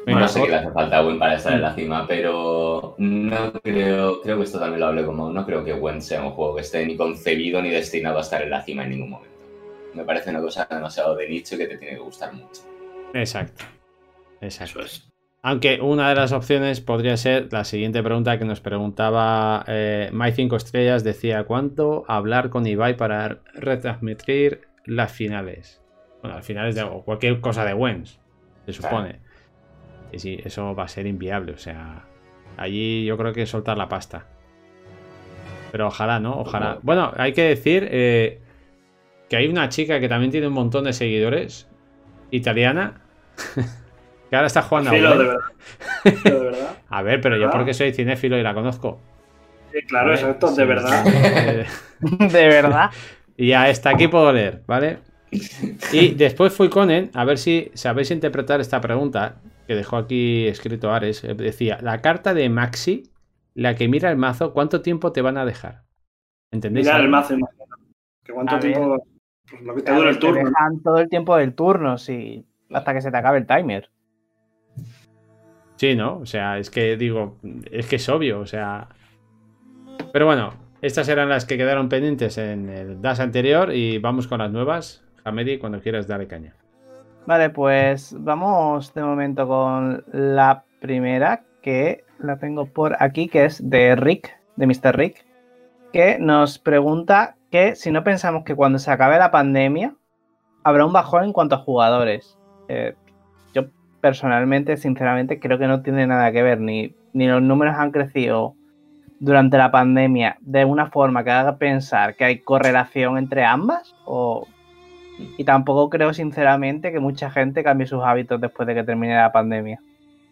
Venga, no sé o- qué le hace falta a Gwen para estar en la cima, pero no creo, creo que esto también lo hablé como, no creo que Gwen sea un juego que esté ni concebido ni destinado a estar en la cima en ningún momento. Me parece una cosa demasiado de nicho que te tiene que gustar mucho. Exacto. Exacto. Eso es. Aunque una de las opciones podría ser la siguiente pregunta que nos preguntaba eh, My cinco estrellas. Decía, ¿cuánto hablar con Ibai para retransmitir las finales? Bueno, las finales de o cualquier cosa de Wens, se supone. Y sí, eso va a ser inviable. O sea, allí yo creo que soltar la pasta. Pero ojalá, ¿no? Ojalá. Bueno, hay que decir eh, que hay una chica que también tiene un montón de seguidores, italiana, que ahora está jugando a Filo, de Gwen. verdad. Filo, de verdad. A ver, pero yo ¿Verdad? porque soy cinéfilo y la conozco. Sí, claro, ¿Vale? exacto, Sí, de verdad. sí. Eh, De verdad. Y hasta aquí puedo leer, ¿vale? Y después fui con él, a ver si sabéis interpretar esta pregunta que dejó aquí escrito Ares. Decía, la carta de Maxi, la que mira el mazo, ¿cuánto tiempo te van a dejar? ¿Entendéis? Mirar el algo? mazo, imagino. Que cuánto A ver. tiempo. Pues lo que te A dura ver, el te turno. dejan todo el tiempo del turno, sí. Hasta que se te acabe el timer. Sí, ¿no? O sea, es que digo, es que es obvio, o sea... Pero bueno, estas eran las que quedaron pendientes en el Dash anterior y vamos con las nuevas. Hamedi, cuando quieras darle caña. Vale, pues vamos de momento con la primera, que la tengo por aquí, que es de Rick, de mister Rick, que nos pregunta que si no pensamos que cuando se acabe la pandemia habrá un bajón en cuanto a jugadores. Eh, yo personalmente, sinceramente, creo que no tiene nada que ver, ni, ni los números han crecido durante la pandemia de una forma que haga pensar que hay correlación entre ambas, o... y tampoco creo sinceramente que mucha gente cambie sus hábitos después de que termine la pandemia.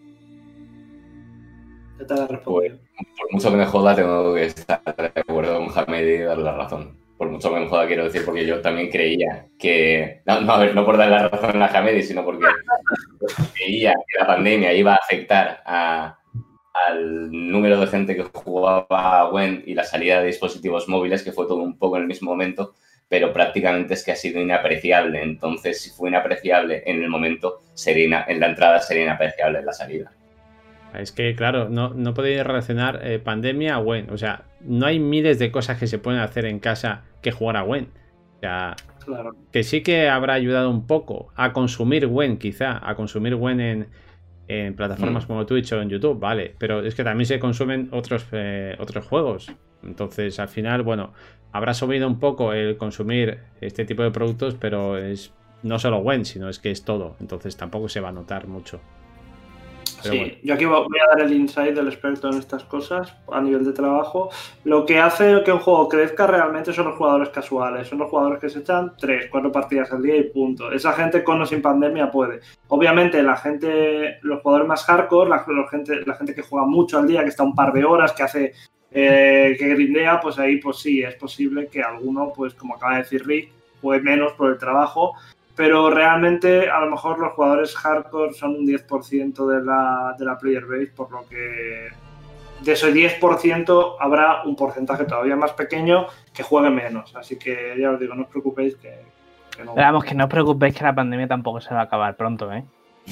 Ya te la respondido. Por mucho que me joda, tengo que estar de acuerdo con Hamed y darle la razón. Por mucho que me joda, quiero decir, porque yo también creía que... No, no, a ver, no por darle la razón a Hamed, sino porque creía que la pandemia iba a afectar a, al número de gente que jugaba a Gwent y la salida de dispositivos móviles, que fue todo un poco en el mismo momento, pero prácticamente es que ha sido inapreciable. Entonces, si fue inapreciable en el momento, sería ina- en la entrada sería inapreciable en la salida. Es que, claro, no, no podéis relacionar eh, pandemia a Gwen. O sea, no hay miles de cosas que se pueden hacer en casa que jugar a Gwen. O sea, Claro. que sí que habrá ayudado un poco a consumir Gwen, quizá, a consumir Gwen en, en plataformas Mm. como Twitch o en YouTube, vale. Pero es que también se consumen otros, eh, otros juegos. Entonces, al final, bueno, habrá subido un poco el consumir este tipo de productos, pero es no solo Gwen, sino es que es todo. Entonces tampoco se va a notar mucho. Pero Sí, bueno. yo aquí voy a dar el insight del experto en estas cosas a nivel de trabajo. Lo que hace que un juego crezca realmente son los jugadores casuales, son los jugadores que se echan tres, cuatro partidas al día y punto. Esa gente con o sin pandemia puede. Obviamente la gente, los jugadores más hardcore, la, la gente, la gente que juega mucho al día, que está un par de horas, que hace, eh, que grindea, pues ahí pues sí, es posible que alguno, pues como acaba de decir Rick, juegue menos por el trabajo. Pero realmente a lo mejor los jugadores hardcore son un diez por ciento de la, de la player base, por lo que de ese diez por ciento habrá un porcentaje todavía más pequeño que juegue menos. Así que ya os digo, no os preocupéis que, que no. Pero vamos, que no os preocupéis que la pandemia tampoco se va a acabar pronto, ¿eh?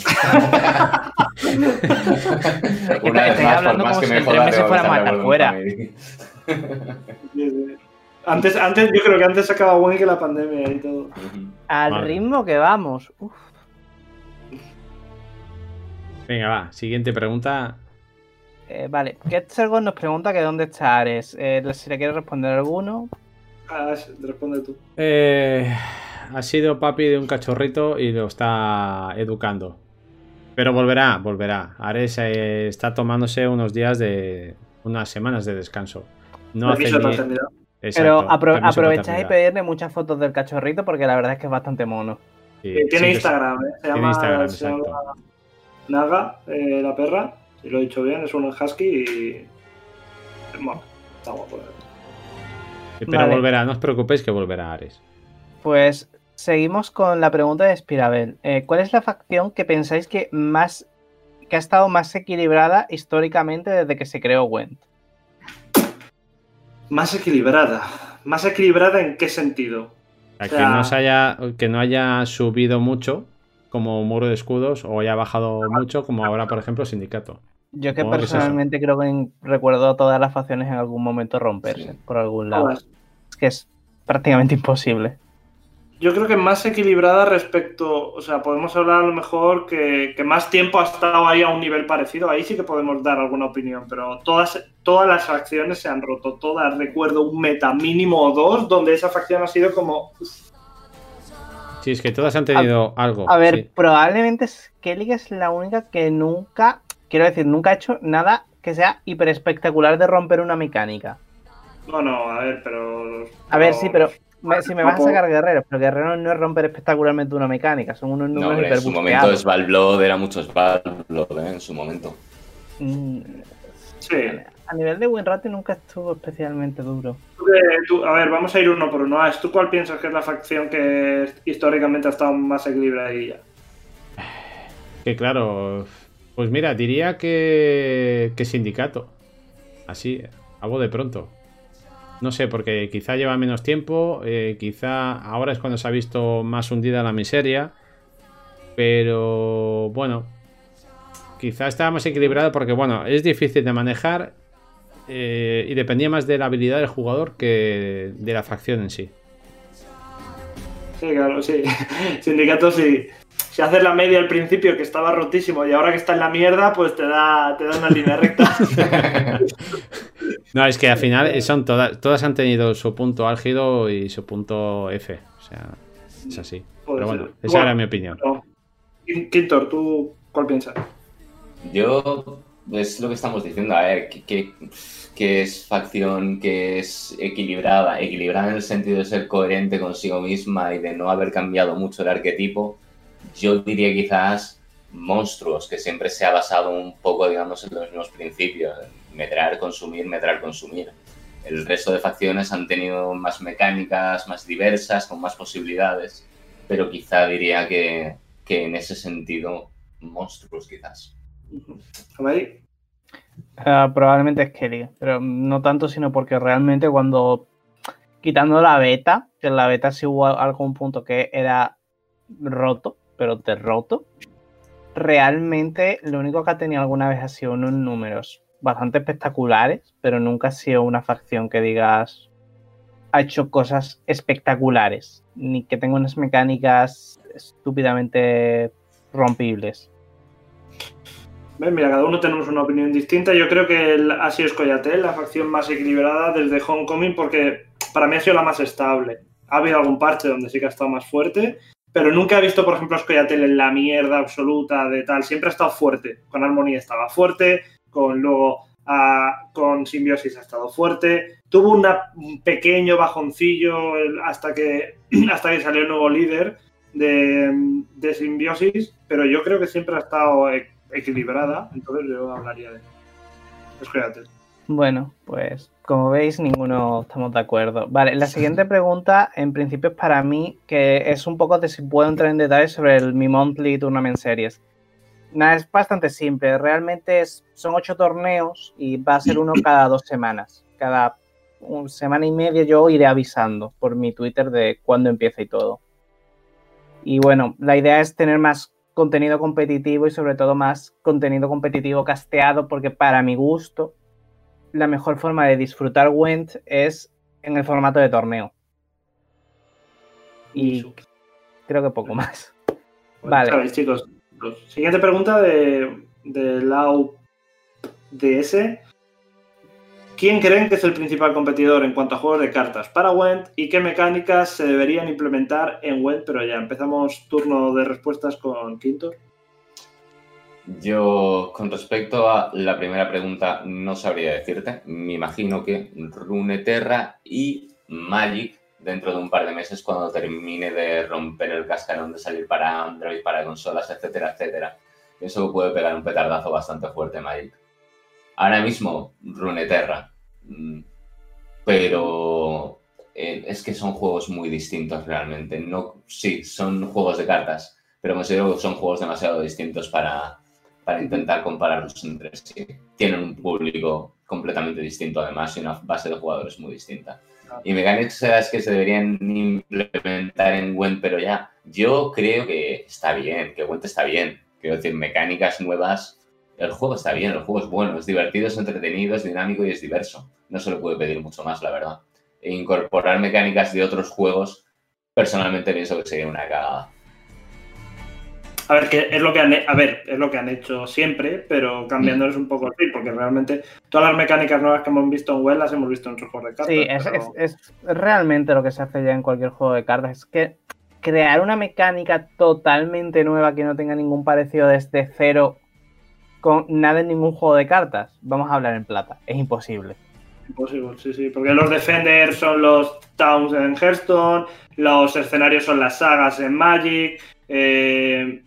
Una vez estáis más, por hablando más como que si me en tres joda, meses tengo que fuéramos a estar de estar acuerdo con fuera. Hamed. Antes, antes, yo creo que antes se acaba bueno que la pandemia y todo. Ujú. Al Vale. ritmo que vamos. Uf. Venga, va. Siguiente pregunta. Eh, vale, Ketsergon nos pregunta que dónde está Ares. Eh, si le quiere responder alguno. Ah, responde tú. Eh, ha sido papi de un cachorrito y lo está educando. Pero volverá, volverá. Ares eh, está tomándose unos días de... unas semanas de descanso. No hace Permiso de ni... paternidad. Exacto, Pero apro- permiso de aprovechad y paternidad. pedirle muchas fotos del cachorrito porque la verdad es que es bastante mono. Sí, Eh, tiene sí que Instagram, ¿eh? Se tiene llama, Instagram, se llama exacto. Naga, eh, la perra. Si lo he dicho bien, es un husky y. Bueno, está guapo. Pero Vale. volverá, no os preocupéis que volverá Ares. Pues seguimos con la pregunta de Spirabel. Eh, ¿Cuál es la facción que pensáis que más que ha estado más equilibrada históricamente desde que se creó Gwent? Más equilibrada. ¿Más equilibrada en qué sentido? A O que, sea- no se haya, que no haya subido mucho como Muro de Escudos o haya bajado mucho, como ahora, por ejemplo, Sindicato. Yo que Supongo que es eso. personalmente creo que en- recuerdo todas las facciones en algún momento romperse Sí. por algún lado. Todas. Es que es prácticamente imposible. Yo creo que más equilibrada respecto, o sea, podemos hablar a lo mejor que, que más tiempo ha estado ahí a un nivel parecido. Ahí sí que podemos dar alguna opinión, pero todas, todas las facciones se han roto. Todas, recuerdo un meta mínimo o dos donde esa facción ha sido como... Sí, es que todas han tenido algo. A ver, sí. probablemente Skellig es la única que nunca, quiero decir, nunca ha hecho nada que sea hiper espectacular de romper una mecánica. No, no, a ver, pero... A ver, sí, pero me- si me vas a Tampoco- sacar guerreros, pero guerreros no es romper espectacularmente una mecánica, son unos No, números hombre, en su momento hiperbusteados. Svalblood era mucho Svalblood, ¿eh? En su momento. Mm, Sí. A nivel de Winrate nunca estuvo especialmente duro. Tú que- tú- a ver, vamos a ir uno por uno. Ash, ¿tú cuál piensas que es la facción que históricamente ha estado más equilibradilla? Que claro, pues mira, diría que, que Sindicato. Así, algo de pronto. No sé, porque quizá lleva menos tiempo, eh, quizá ahora es cuando se ha visto más hundida la miseria, pero bueno, quizá estaba más equilibrado porque bueno, es difícil de manejar eh, y dependía más de la habilidad del jugador que de la facción en sí. Sí, claro, sí. Sindicato, sí. Si haces la media al principio que estaba rotísimo y ahora que está en la mierda, pues te da, te da una línea recta. No, es que al final son todas, todas han tenido su punto álgido y su punto F. O sea, es así. Puede Pero bueno, ser. esa Bueno, era mi opinión. no. Quintor, ¿tú cuál piensas? Yo, es lo que estamos diciendo, a ver, ¿qué, qué, qué es facción, qué es equilibrada? Equilibrada en el sentido de ser coherente consigo misma y de no haber cambiado mucho el arquetipo. Yo diría quizás monstruos, que siempre se ha basado un poco, digamos, en los mismos principios. Medrar, consumir, medrar, consumir. El resto de facciones han tenido más mecánicas, más diversas, con más posibilidades, pero quizá diría que, que en ese sentido, monstruos quizás. ¿Veis? Uh, probablemente Skellig, pero no tanto, sino porque realmente cuando, quitando la beta, que en la beta sí hubo algún punto que era roto, pero de roto, realmente lo único que ha tenido alguna vez ha sido unos números bastante espectaculares, pero nunca ha sido una facción que digas ha hecho cosas espectaculares, ni que tenga unas mecánicas estúpidamente rompibles. ¿Ves? Mira, cada uno tenemos una opinión distinta. Yo creo que el- ha sido Scoia'tael la facción más equilibrada desde Homecoming porque para mí ha sido la más estable. Ha habido algún parche donde sí que ha estado más fuerte, pero nunca he visto, por ejemplo, a Scoia'tael en la mierda absoluta de tal. Siempre ha estado fuerte. Con Harmony estaba fuerte, con luego a- con Simbiosis ha estado fuerte. Tuvo una- un pequeño bajoncillo el- hasta que, hasta que salió el nuevo líder de, de Simbiosis, pero yo creo que siempre ha estado e- equilibrada, entonces yo hablaría de Scoia'tael. Bueno, pues como veis, ninguno estamos de acuerdo. Vale, la siguiente pregunta, en principio, es para mí, que es un poco de si puedo entrar en detalles sobre el, mi Monthly Tournament Series. Nada, es bastante simple. Realmente es, son ocho torneos y va a ser uno cada dos semanas. Cada un, semana y media yo iré avisando por mi Twitter de cuándo empieza y todo. Y bueno, la idea es tener más contenido competitivo y sobre todo más contenido competitivo casteado, porque para mi gusto la mejor forma de disfrutar Gwent es en el formato de torneo. Y creo que poco más. Bueno, Vale. sabéis, chicos. Siguiente pregunta de, de Lau D S. ¿Quién creen que es el principal competidor en cuanto a juegos de cartas para Gwent y qué mecánicas se deberían implementar en Gwent? Pero ya empezamos turno de respuestas con Quintor. Yo, con respecto a la primera pregunta, no sabría decirte. Me imagino que Runeterra y Magic dentro de un par de meses, cuando termine de romper el cascarón de salir para Android, para consolas, etcétera, etcétera. Pienso que puede pegar un petardazo bastante fuerte Magic. Ahora mismo, Runeterra. Pero eh, es que son juegos muy distintos realmente. No, sí, son juegos de cartas, pero considero que son juegos demasiado distintos para... para intentar compararlos entre sí. Tienen un público completamente distinto además y una base de jugadores muy distinta. Y mecánicas que se deberían implementar en Gwent, pero ya, yo creo que está bien, que Gwent está bien. Quiero decir, mecánicas nuevas, el juego está bien, el juego es bueno, es divertido, es entretenido, es dinámico y es diverso. No se le puede pedir mucho más, la verdad. E incorporar mecánicas de otros juegos, personalmente pienso que sería una cagada. A ver, que es lo que han, a ver, es lo que han hecho siempre, pero cambiándoles un poco el fin, porque realmente todas las mecánicas nuevas que hemos visto en Gwent las hemos visto en otros juegos de cartas. Sí, es, pero... es, es realmente lo que se hace ya en cualquier juego de cartas. Es que crear una mecánica totalmente nueva que no tenga ningún parecido desde cero con nada en ningún juego de cartas, vamos a hablar en plata, es imposible. Imposible, sí, sí, porque los Defenders son los Towns en Hearthstone, los escenarios son las sagas en Magic. Eh,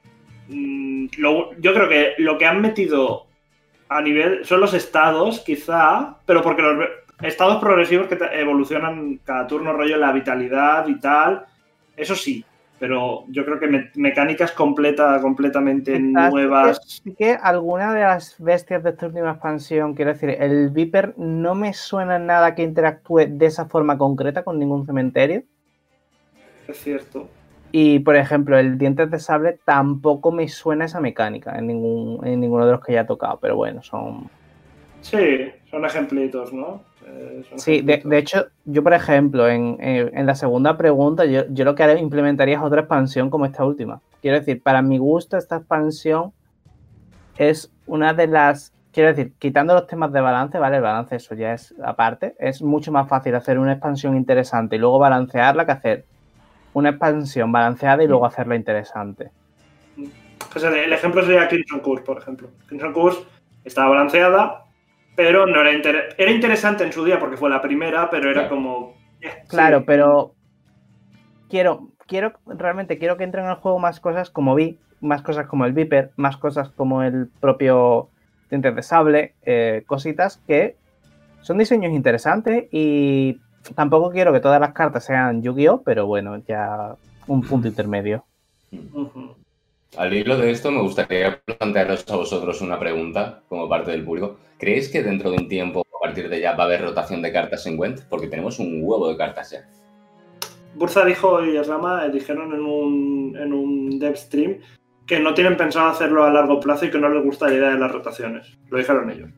lo, yo creo que lo que han metido a nivel son los estados, quizá, pero porque los estados progresivos que evolucionan cada turno, rollo la vitalidad y tal, eso sí. Pero yo creo que me mecánicas completa, completamente Quizás nuevas. Sí que, que alguna de las bestias de esta última expansión, quiero decir, el Viper no me suena nada que interactúe de esa forma concreta con ningún cementerio. Es cierto. Y, por ejemplo, el Dientes de Sable tampoco me suena esa mecánica en, ningún, en ninguno de los que ya he tocado, pero bueno, son... Sí, son ejemplitos, ¿no? Eh, son sí, de, ejemplitos. de hecho, yo, por ejemplo, en, en, en la segunda pregunta, yo, yo lo que haré, implementaría es otra expansión como esta última. Quiero decir, para mi gusto, esta expansión es una de las... Quiero decir, quitando los temas de balance, ¿vale? El balance, eso ya es aparte. Es mucho más fácil hacer una expansión interesante y luego balancearla que hacer una expansión balanceada y luego hacerla interesante. Pues el, el ejemplo sería Crimson Curse, por ejemplo. Crimson Curse estaba balanceada, pero no era, inter era interesante en su día porque fue la primera, pero era como... Eh, claro, sí. pero quiero, quiero, realmente quiero que entren al juego más cosas como Vi, más cosas como el Viper, más cosas como el propio Dientes de Sable, eh, cositas que son diseños interesantes y tampoco quiero que todas las cartas sean Yu-Gi-Oh, pero bueno, ya un punto intermedio. Uh-huh. Al hilo de esto, me gustaría plantearos a vosotros una pregunta como parte del público. ¿Creéis que dentro de un tiempo, a partir de ya, va a haber rotación de cartas en Gwent? Porque tenemos un huevo de cartas ya. Burza dijo y Rama dijeron en un, en un dev stream que no tienen pensado hacerlo a largo plazo y que no les gusta la idea de las rotaciones. Lo dijeron ellos.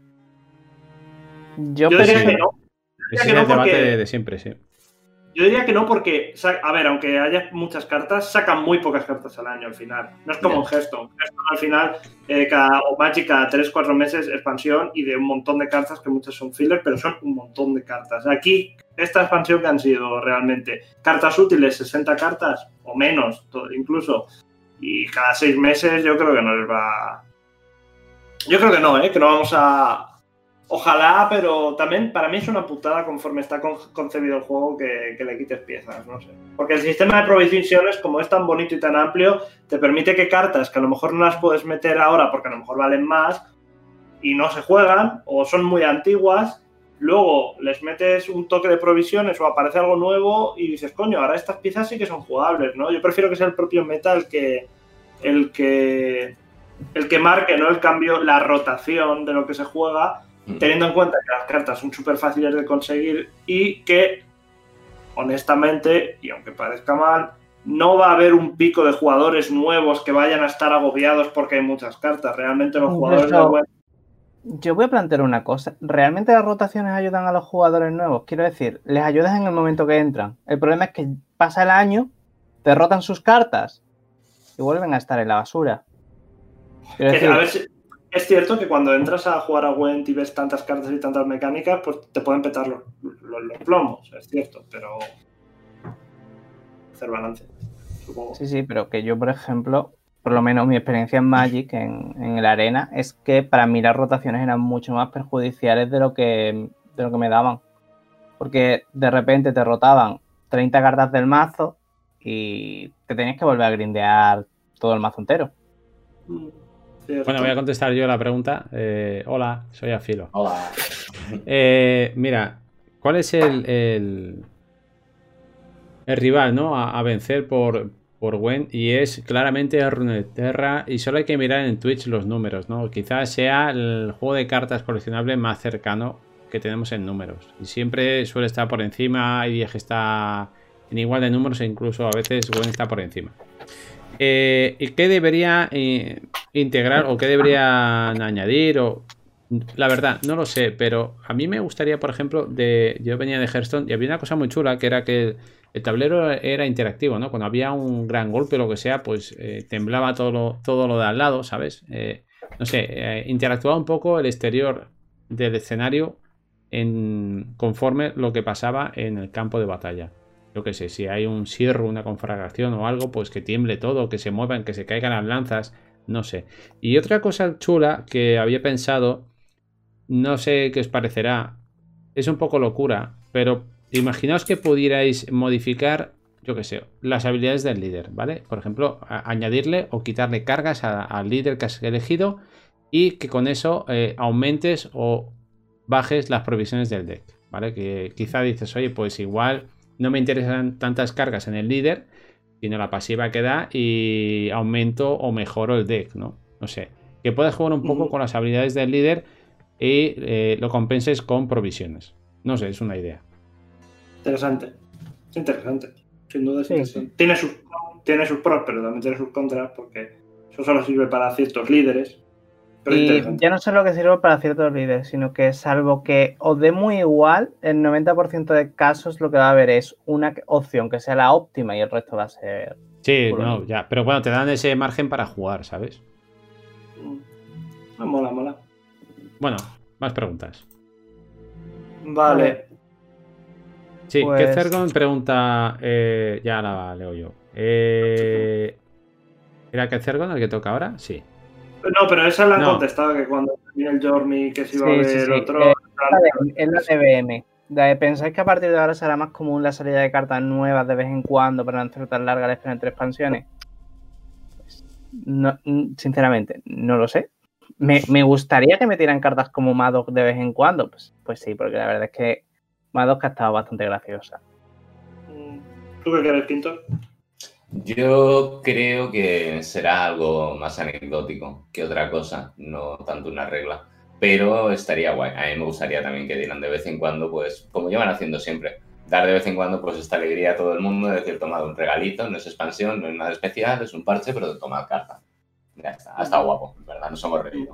Yo, Yo diría que no. Ese que es no el debate porque... de, de siempre, sí. Yo diría que no porque, a ver, aunque haya muchas cartas, sacan muy pocas cartas al año al final. No es como en Hearthstone. Hearthstone al final, eh, cada, o Magic cada tres cuatro meses, expansión y de un montón de cartas que muchas son filler, pero son un montón de cartas. Aquí, esta expansión que han sido realmente cartas útiles, sesenta cartas o menos, todo, incluso, y cada seis meses yo creo que no les va... Yo creo que no, ¿eh? Que no vamos a... Ojalá, pero también para mí es una putada conforme está con, concebido el juego que, que le quites piezas, no sé. Porque el sistema de provisiones, como es tan bonito y tan amplio, te permite que cartas que a lo mejor no las puedes meter ahora porque a lo mejor valen más y no se juegan o son muy antiguas, luego les metes un toque de provisiones o aparece algo nuevo y dices, coño, ahora estas piezas sí que son jugables, ¿no? Yo prefiero que sea el propio meta el que... el que, el que marque, ¿no? El cambio, la rotación de lo que se juega, teniendo en cuenta que las cartas son súper fáciles de conseguir y que, honestamente, y aunque parezca mal, no va a haber un pico de jugadores nuevos que vayan a estar agobiados porque hay muchas cartas. Realmente los jugadores Incluso, de web... Yo voy a plantear una cosa. ¿Realmente las rotaciones ayudan a los jugadores nuevos? Quiero decir, les ayudas en el momento que entran. El problema es que pasa el año, te rotan sus cartas y vuelven a estar en la basura. Quiero decir, a ver si... Es cierto que cuando entras a jugar a Gwent y ves tantas cartas y tantas mecánicas, pues te pueden petar los, los, los plomos, es cierto, pero hacer balance, supongo. Sí, sí, pero que yo, por ejemplo, por lo menos mi experiencia en Magic, en, en el Arena, es que para mí las rotaciones eran mucho más perjudiciales de lo que, de lo que me daban. Porque de repente te rotaban treinta cartas del mazo y te tenías que volver a grindear todo el mazo entero. Mm. Cierto. Bueno, voy a contestar yo la pregunta. Eh, hola, soy Afilo. Hola. Eh, mira, ¿cuál es el, el, el rival, ¿no? A, a vencer por, por Gwen y es claramente Runeterra y solo hay que mirar en Twitch los números, ¿no? Quizás sea el juego de cartas coleccionable más cercano que tenemos en números y siempre suele estar por encima, hay días que está en igual de números e incluso a veces Gwen está por encima. Eh, ¿Y qué debería eh, integrar o qué deberían añadir? O, la verdad, no lo sé, pero a mí me gustaría, por ejemplo, de yo venía de Hearthstone y había una cosa muy chula que era que el tablero era interactivo, ¿no? Cuando había un gran golpe o lo que sea, pues eh, temblaba todo lo, todo lo de al lado, ¿sabes? Eh, no sé, eh, interactuaba un poco el exterior del escenario en, conforme lo que pasaba en el campo de batalla. Yo qué sé, si hay un cierre, una conflagración o algo, pues que tiemble todo, que se muevan, que se caigan las lanzas, no sé. Y otra cosa chula que había pensado, no sé qué os parecerá, es un poco locura, pero imaginaos que pudierais modificar, yo qué sé, las habilidades del líder, ¿vale? Por ejemplo, añadirle o quitarle cargas al líder que has elegido y que con eso eh, aumentes o bajes las provisiones del deck, ¿vale? Que quizá dices, oye, pues igual no me interesan tantas cargas en el líder, sino la pasiva que da y aumento o mejoro el deck, ¿no? No sé. Que puedas jugar un poco con las habilidades del líder y eh, lo compenses con provisiones. No sé, es una idea. Interesante. Es interesante. Sin duda es Sí, interesante. sí. Tiene sus, tiene sus pros, pero también tiene sus contras, porque eso solo sirve para ciertos líderes. Pero Y interesante. ya no solo que sirve para ciertos líderes, sino que salvo que os dé muy igual, el noventa por ciento de casos lo que va a haber es una opción que sea la óptima y el resto va a ser... Sí, puro no, líder. ya. Pero bueno, te dan ese margen para jugar, ¿sabes? Ah, mola, mola. Bueno, más preguntas. Vale. Sí, Pues- que Zergon pregunta. eh, ya la leo yo. Eh, ¿Era que Zergon el que toca ahora? Sí. No, pero esa la han No. contestado, que cuando termine el Journey, que se iba Sí, a ver sí, sí. otro... Eh, Es la de- es la de B M. De- ¿Pensáis que a partir de ahora será más común la salida de cartas nuevas de vez en cuando para no hacer tan larga la espera entre expansiones? Pues, no, mm, sinceramente, no lo sé. Me, me gustaría que metieran cartas como Madoc de vez en cuando. Pues, pues sí, porque la verdad es que Madoc ha estado bastante graciosa. ¿Tú qué quieres, Quinto? Yo creo que será algo más anecdótico que otra cosa, no tanto una regla. Pero estaría guay. A mí me gustaría también que dieran de vez en cuando, pues, como llevan haciendo siempre, dar de vez en cuando, pues, esta alegría a todo el mundo, de decir, tomad un regalito, no es expansión, no es nada especial, es un parche, pero tomad carta. Ya está, ha estado guapo, en verdad, nos hemos reído.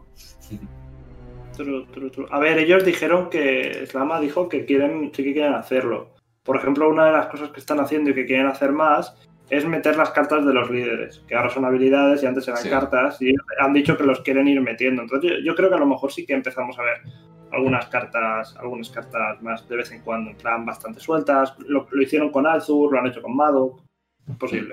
True, true, true. A ver, ellos dijeron que Slama dijo que quieren, sí que quieren hacerlo. Por ejemplo, una de las cosas que están haciendo y que quieren hacer más es meter las cartas de los líderes, que ahora son habilidades y antes eran Sí. cartas, y han dicho que los quieren ir metiendo. Entonces yo, yo creo que a lo mejor sí que empezamos a ver algunas cartas, algunas cartas más de vez en cuando, en plan bastante sueltas. Lo, lo hicieron con Alzur, lo han hecho con Madoc. Es posible.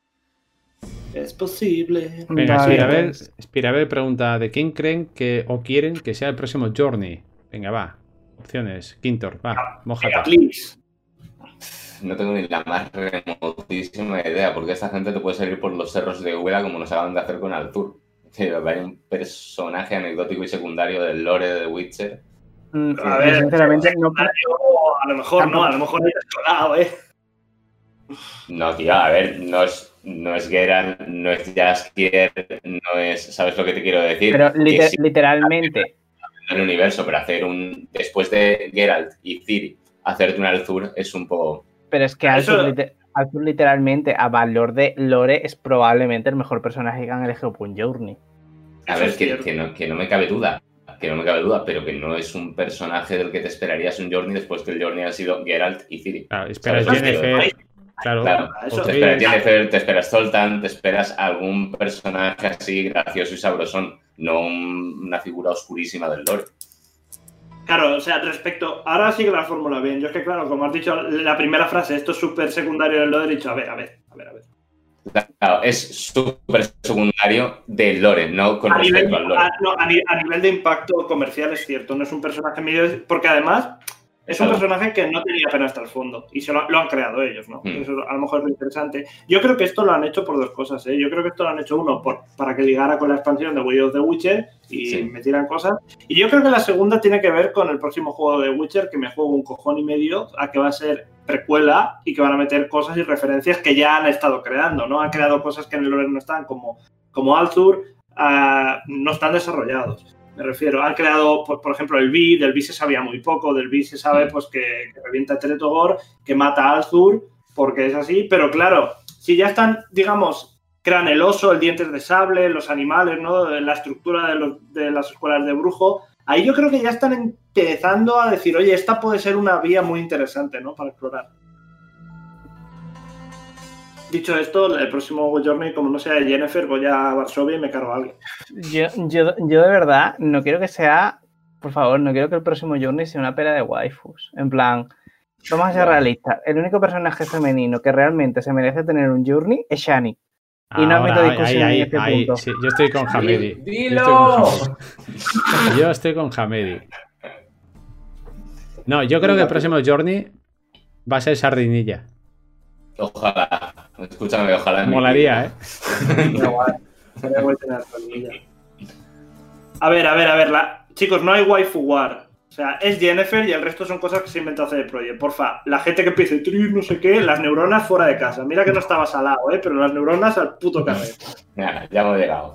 Es posible. Venga, Vale, Spirabel, pues. Spirabel pregunta: ¿de quién creen que o quieren que sea el próximo Journey? Venga, va. Opciones. Quintor, va, mójate. Please. No tengo ni la más remotísima idea, porque esta gente te puede salir por los cerros de Úbeda como nos acaban de hacer con Altur. Hay un personaje anecdótico y secundario del lore de The Witcher. Mm, A yo ver, sinceramente no. A lo mejor no, a lo mejor no te has colado, ¿eh? No, tío, a ver, no es, no es Geralt, no es Jaskier, no es... ¿Sabes lo que te quiero decir? Pero Que liter- sí, literalmente. el universo, pero hacer un... Después de Geralt y Ciri, hacerte un Altur es un poco... Pero es que Eso- Alzur, liter- Alzur literalmente, a valor de lore, es probablemente el mejor personaje que han elegido por un Journey. A Eso ver, es que, cierto. que, no, que no me cabe duda, que no me cabe duda, pero que no es un personaje del que te esperarías un Journey después que el Journey ha sido Geralt y Ciri. Claro, esperas ¿Sabes lo que quiero Yennefer. Claro, Claro, Eso- te esperas Yennefer, te esperas Zoltan, te esperas algún personaje así gracioso y sabrosón, no un- una figura oscurísima del lore. Claro, o sea, respecto... Ahora sí que la fórmula bien. Yo es que, claro, como has dicho, la primera frase, esto es súper secundario del lore, he dicho, a ver, a ver, a ver, a ver. Claro, es súper secundario del lore, no con A nivel, respecto al lore. a, no, a, ni- a nivel de impacto comercial es cierto, no es un personaje medio... Porque además, Es un personaje que no tenía apenas trasfondo y se lo, lo han creado ellos, ¿no? Mm. Eso a lo mejor es lo interesante. Yo creo que esto lo han hecho por dos cosas, ¿eh? Yo creo que esto lo han hecho, uno, por, para que ligara con la expansión de Way of the Witcher y sí. metieran cosas. Y yo creo que la segunda tiene que ver con el próximo juego de Witcher, que me juego un cojón y medio, a que va a ser precuela y que van a meter cosas y referencias que ya han estado creando, ¿no? Han creado cosas que en el lore no están, como, como Althur, uh, no están desarrollados. Me refiero, han creado, por, por ejemplo, el Vi, del Vi se sabía muy poco, del Vi se sabe pues que, que revienta a Teletogor, que mata a Althur, porque es así, pero claro, si ya están, digamos, crean el oso, el dientes de sable, los animales, ¿no? La estructura de, los, de las escuelas de brujo, ahí yo creo que ya están empezando a decir, oye, esta puede ser una vía muy interesante, ¿no? Para explorar. Dicho esto, el próximo Journey, como no sea de Yennefer, voy a Varsovia y me cargo a alguien. Yo, yo, yo de verdad no quiero que sea, por favor, no quiero que el próximo Journey sea una pera de waifus. En plan, vamos a ser realistas. El único personaje femenino que realmente se merece tener un Journey es Shani. Y no meto discusión ahí, en este ahí, punto. Sí, yo estoy con Hamedi. ¡Dilo! Yo estoy con Hamedi. No, yo creo que el próximo Journey va a ser Sardinilla. Ojalá. Escúchame, ojalá. Molaría, ¿eh? A ver, a ver, a ver. La... Chicos, no hay waifu war. O sea, es Yennefer y el resto son cosas que se inventó C D Projekt. Porfa, la gente que empiece Tris, no sé qué, las neuronas fuera de casa. Mira que no estaba salado, ¿eh? Pero las neuronas al puto carrete. Ya, ya hemos llegado.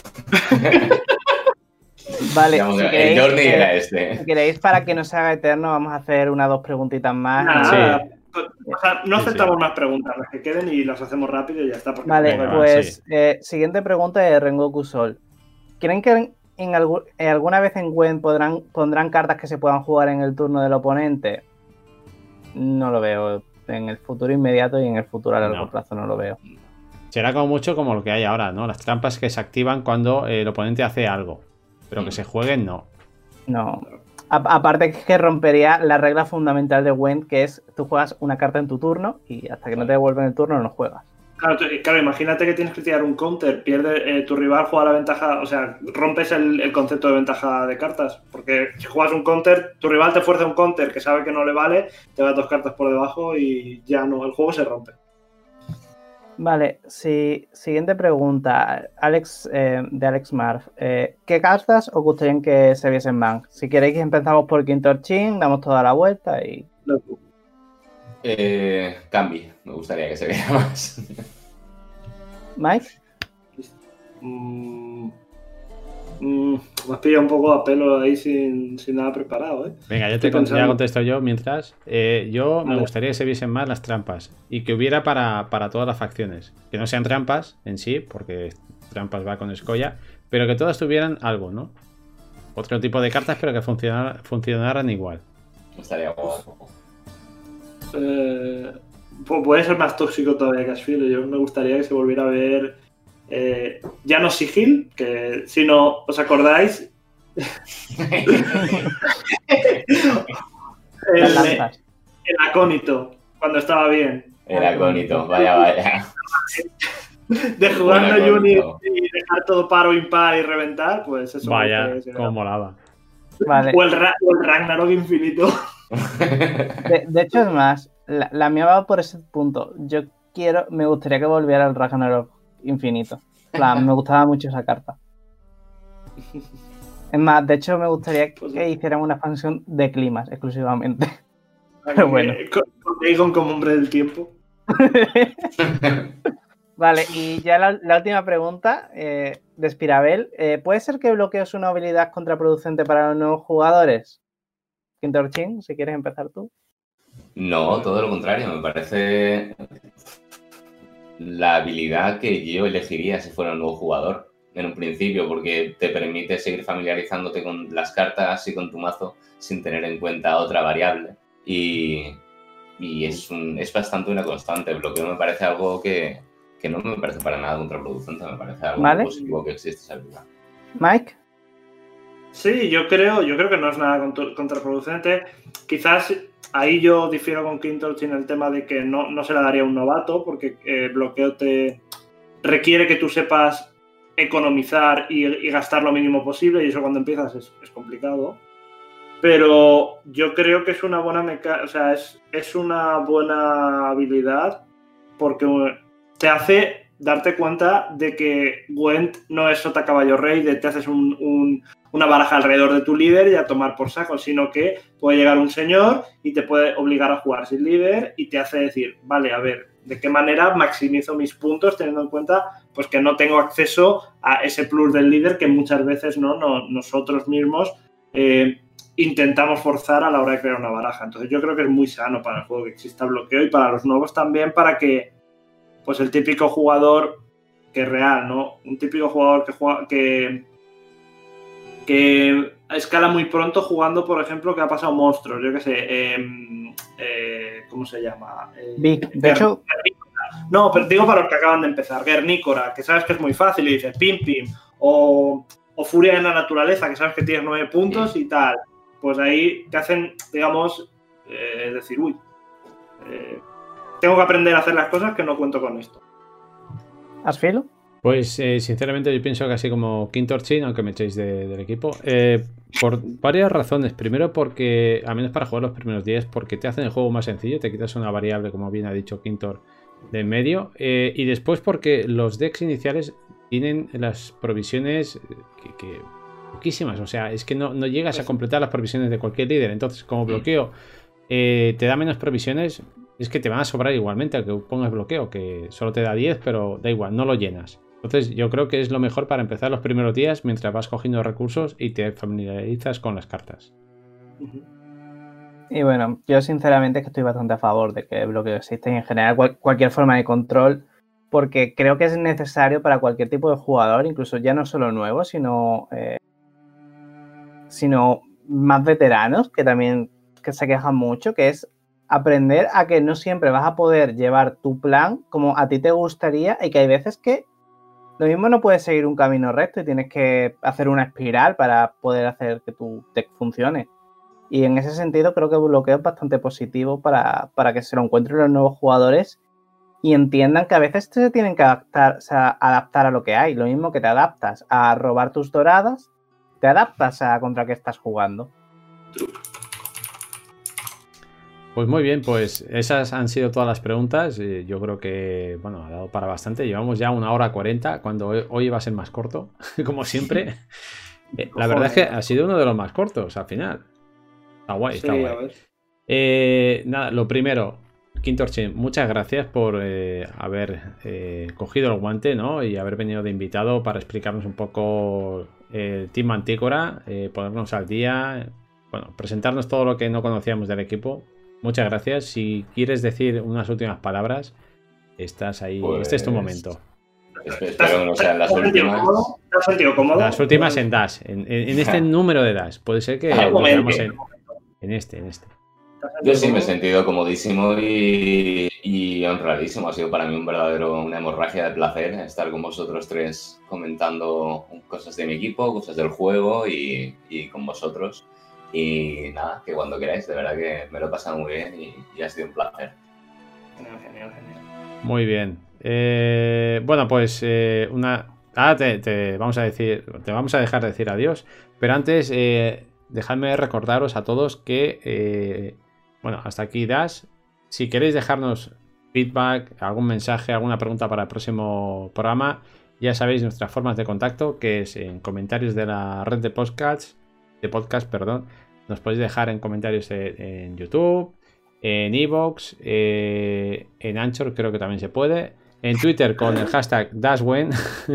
Vale, ya hemos si llegado. queréis, El Journey eh, era este. Si queréis, para que no se haga eterno, vamos a hacer una o dos preguntitas más. Nada, Sí. O sea, no aceptamos sí, sí. más preguntas, las que queden y las hacemos rápido y ya está. Vale, Venga, va, pues sí. eh, siguiente pregunta de Rengoku Sol. ¿Creen que en, en algu- en alguna vez en Gwen podrán, pondrán cartas que se puedan jugar en el turno del oponente? No lo veo. En el futuro inmediato y en el futuro a largo No. plazo no lo veo. Será como mucho como lo que hay ahora, ¿no? Las trampas que se activan cuando eh, el oponente hace algo. Pero que se jueguen, no. No. A- aparte que rompería la regla fundamental de Gwen, que es tú juegas una carta en tu turno y hasta que no te devuelven el turno no juegas. Claro, tú- claro, imagínate que tienes que tirar un counter, pierde eh, tu rival, juega la ventaja, o sea, rompes el, el concepto de ventaja de cartas, porque si juegas un counter, tu rival te fuerza un counter que sabe que no le vale, te da dos cartas por debajo y ya no, el juego se rompe. Vale, sí, siguiente pregunta. Alex, eh, de Alex Marv. Eh, ¿Qué cartas os gustaría que se viesen más? Si queréis empezamos por Quintorchin, damos toda la vuelta y... Eh, Cambi, me gustaría que se viera más. ¿Mike? Mm, mm, me has pillado un poco a pelo ahí sin, sin nada preparado, ¿eh? Venga, yo te Estoy con- pensando. ya contesto yo mientras. Eh, yo me Vale. gustaría que se viesen más las trampas y que hubiera para, para todas las facciones. Que no sean trampas en sí, porque trampas va con escolla, pero que todas tuvieran algo, ¿no? Otro tipo de cartas, pero que funcionara- funcionaran igual. Estaría guapo. Eh, pu- puede ser más tóxico todavía que Asfilo. Yo me gustaría que se volviera a ver eh, ya no Sigil, que si no os acordáis, Las el, lanzas. el acónito, cuando estaba bien. Era acónito, vaya, vaya. De jugar Buen a Unit acónito. y dejar todo paro, impar y reventar, pues eso. me Vaya, gustaría que se como vea. molaba. Vale. O el, Ra- o el Ragnarok infinito. De, de hecho, es más, la, la mía va por ese punto. Yo quiero, me gustaría que volviera el Ragnarok infinito. En plan, me gustaba mucho esa carta. Es más, de hecho, me gustaría Pues que sí. hicieran una expansión de climas exclusivamente. Pero bueno. Con, con Aegon como hombre del tiempo. Vale, y ya la, la última pregunta eh, de Spirabel. Eh, ¿Puede ser que bloqueo es una habilidad contraproducente para los nuevos jugadores? Quintorchin, si quieres empezar tú. No, todo lo contrario, me parece la habilidad que yo elegiría si fuera un nuevo jugador en un principio, porque te permite seguir familiarizándote con las cartas y con tu mazo sin tener en cuenta otra variable y, y es, un, es bastante una constante. El bloqueo me parece algo que, que no me parece para nada contraproducente, me parece algo Vale. positivo que existe esa habilidad. Mike. Sí, yo creo, yo creo que no es nada contra- contraproducente. Quizás ahí yo difiero con Quintorchin en el tema de que no, no se la daría a un novato, porque el bloqueo te requiere que tú sepas economizar y, y gastar lo mínimo posible, y eso cuando empiezas es, es complicado. pero yo creo que es una buena meca o sea, es, es una buena habilidad porque te hace darte cuenta de que Gwent no es sota caballo rey, de te haces un, un, una baraja alrededor de tu líder y a tomar por saco, sino que puede llegar un señor y te puede obligar a jugar sin líder y te hace decir, vale, a ver, ¿de qué manera maximizo mis puntos teniendo en cuenta pues que no tengo acceso a ese plus del líder que muchas veces no, no nosotros mismos eh, intentamos forzar a la hora de crear una baraja? Entonces yo creo que es muy sano para el juego que exista bloqueo y para los nuevos también, para que pues el típico jugador que es real, ¿no? Un típico jugador que juega, que, que escala muy pronto jugando, por ejemplo, que ha pasado monstruos, yo qué sé, eh, eh, ¿cómo se llama? Eh, Vic, de hecho... No, pero digo para los que acaban de empezar, Guernícora, que sabes que es muy fácil y dices pim pim, o, o Furia en la Naturaleza, que sabes que tienes nueve puntos sí. y tal. Pues ahí te hacen, digamos, eh, decir, uy, eh, tengo que aprender a hacer las cosas que no cuento con esto. ¿Asfilo? Pues eh, sinceramente yo pienso que así como Quintorchin, aunque me echéis de, del equipo, eh, por varias razones. Primero porque, a menos para jugar los primeros días, porque te hacen el juego más sencillo, te quitas una variable, como bien ha dicho Quintor, de en medio. Eh, y después porque los decks iniciales tienen las provisiones que... que poquísimas, o sea, es que no, no llegas a completar las provisiones de cualquier líder. Entonces, como bloqueo eh, te da menos provisiones, es que te van a sobrar igualmente al que pongas bloqueo, que solo te da diez, pero da igual, no lo llenas. Entonces yo creo que es lo mejor para empezar los primeros días mientras vas cogiendo recursos y te familiarizas con las cartas. Y bueno, yo sinceramente es que estoy bastante a favor de que el bloqueo existe y en general cual, cualquier forma de control, porque creo que es necesario para cualquier tipo de jugador, incluso ya no solo nuevos, sino, eh, sino más veteranos, que también que se quejan mucho, que es aprender a que no siempre vas a poder llevar tu plan como a ti te gustaría y que hay veces que lo mismo no puedes seguir un camino recto y tienes que hacer una espiral para poder hacer que tu deck funcione. Y en ese sentido creo que el bloqueo es bastante positivo para, para que se lo encuentren los nuevos jugadores y entiendan que a veces se tienen que adaptar, o sea, adaptar a lo que hay. Lo mismo que te adaptas a robar tus doradas, te adaptas a contra qué estás jugando. Pues muy bien, pues esas han sido todas las preguntas. Yo creo que, bueno, ha dado para bastante. Llevamos ya una hora cuarenta, cuando hoy va a ser más corto, como siempre. La verdad es que ha sido uno de los más cortos al final. Está guay, está sí, guay. Eh, nada, lo primero, Quintorchin, muchas gracias por eh, haber eh, cogido el guante, ¿no? Y haber venido de invitado para explicarnos un poco el Team Mantícora, eh, ponernos al día, bueno, presentarnos todo lo que no conocíamos del equipo. Muchas gracias. Si quieres decir unas últimas palabras, estás ahí. Pues... Este es tu momento. Espero que no sean las últimas. ¿Te has sentido cómodo? Las últimas en Dash. En, en, en este número de Dash. Puede ser que lo veamos en, en este, en este. Yo sí me he sentido comodísimo y, y honradísimo. Ha sido para mí un verdadero, una hemorragia de placer estar con vosotros tres comentando cosas de mi equipo, cosas del juego y, y con vosotros. Y nada, que cuando queráis, de verdad que me lo he pasado muy bien y, y ha sido un placer. Genial, genial, genial. Muy bien. Eh, bueno, pues eh, una. Ah, te, te vamos a decir. Te vamos a dejar de decir adiós. Pero antes, eh, dejadme recordaros a todos que. Eh, bueno, hasta aquí Dash. Si queréis dejarnos feedback, algún mensaje, alguna pregunta para el próximo programa, ya sabéis nuestras formas de contacto, que es en comentarios de la red de podcasts. De podcast, perdón. Nos podéis dejar en comentarios en, en YouTube, en Evox, eh, en Anchor creo que también se puede, en Twitter con el hashtag Dashwen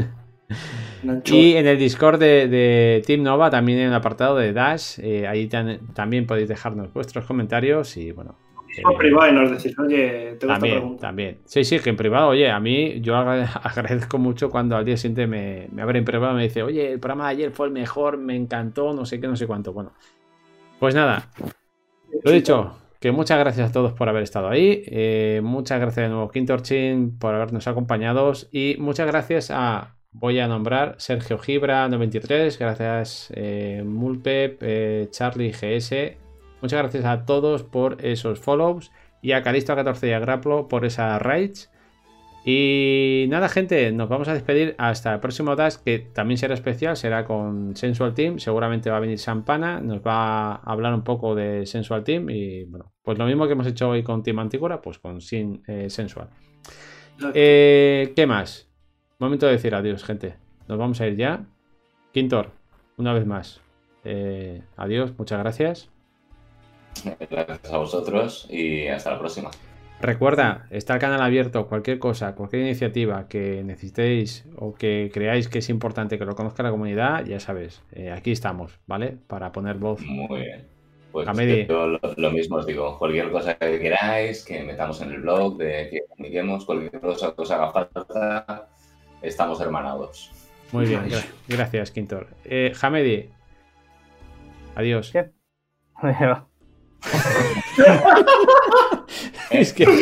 y en el Discord de, de Team Nova también en el apartado de Dash, eh, ahí tan, también podéis dejarnos vuestros comentarios y bueno. En eh, privado y nos decís, oye, te gusta también, pregunta. También, sí, sí, que en privado, oye, a mí yo agradezco mucho cuando al día siguiente me, me abre en privado y me dice, oye, el programa de ayer fue el mejor, me encantó, no sé qué, no sé cuánto. Bueno, pues nada, lo dicho, que muchas gracias a todos por haber estado ahí, eh, muchas gracias de nuevo Quintorchin por habernos acompañado y muchas gracias a, voy a nombrar, Sergio Gibra noventa y tres, gracias eh, Mulpep, eh, Charlie G S. Muchas gracias a todos por esos follows y a Calisto catorce y a Graplo por esas raids. Y nada, gente, nos vamos a despedir hasta el próximo Dash, que también será especial, será con Sensual Team. Seguramente va a venir Sampana, nos va a hablar un poco de Sensual Team. Y bueno, pues lo mismo que hemos hecho hoy con Team Antigora, pues con Sin eh, Sensual. Eh, ¿Qué más? Momento de decir adiós, gente. Nos vamos a ir ya. Quintor, una vez más. Eh, adiós, muchas gracias. Gracias a vosotros y hasta la próxima. Recuerda, está el canal abierto, cualquier cosa, cualquier iniciativa que necesitéis o que creáis que es importante que lo conozca la comunidad, ya sabéis, eh, aquí estamos, ¿vale? Para poner voz. Muy bien. Pues Hamedi. yo lo, lo mismo os digo, cualquier cosa que queráis, que metamos en el blog, de que comuniquemos, cualquier cosa que os haga falta, estamos hermanados. Muy bien, gra gracias, Quintor. Eh, Hamedi, adiós. ¿Qué? Es que...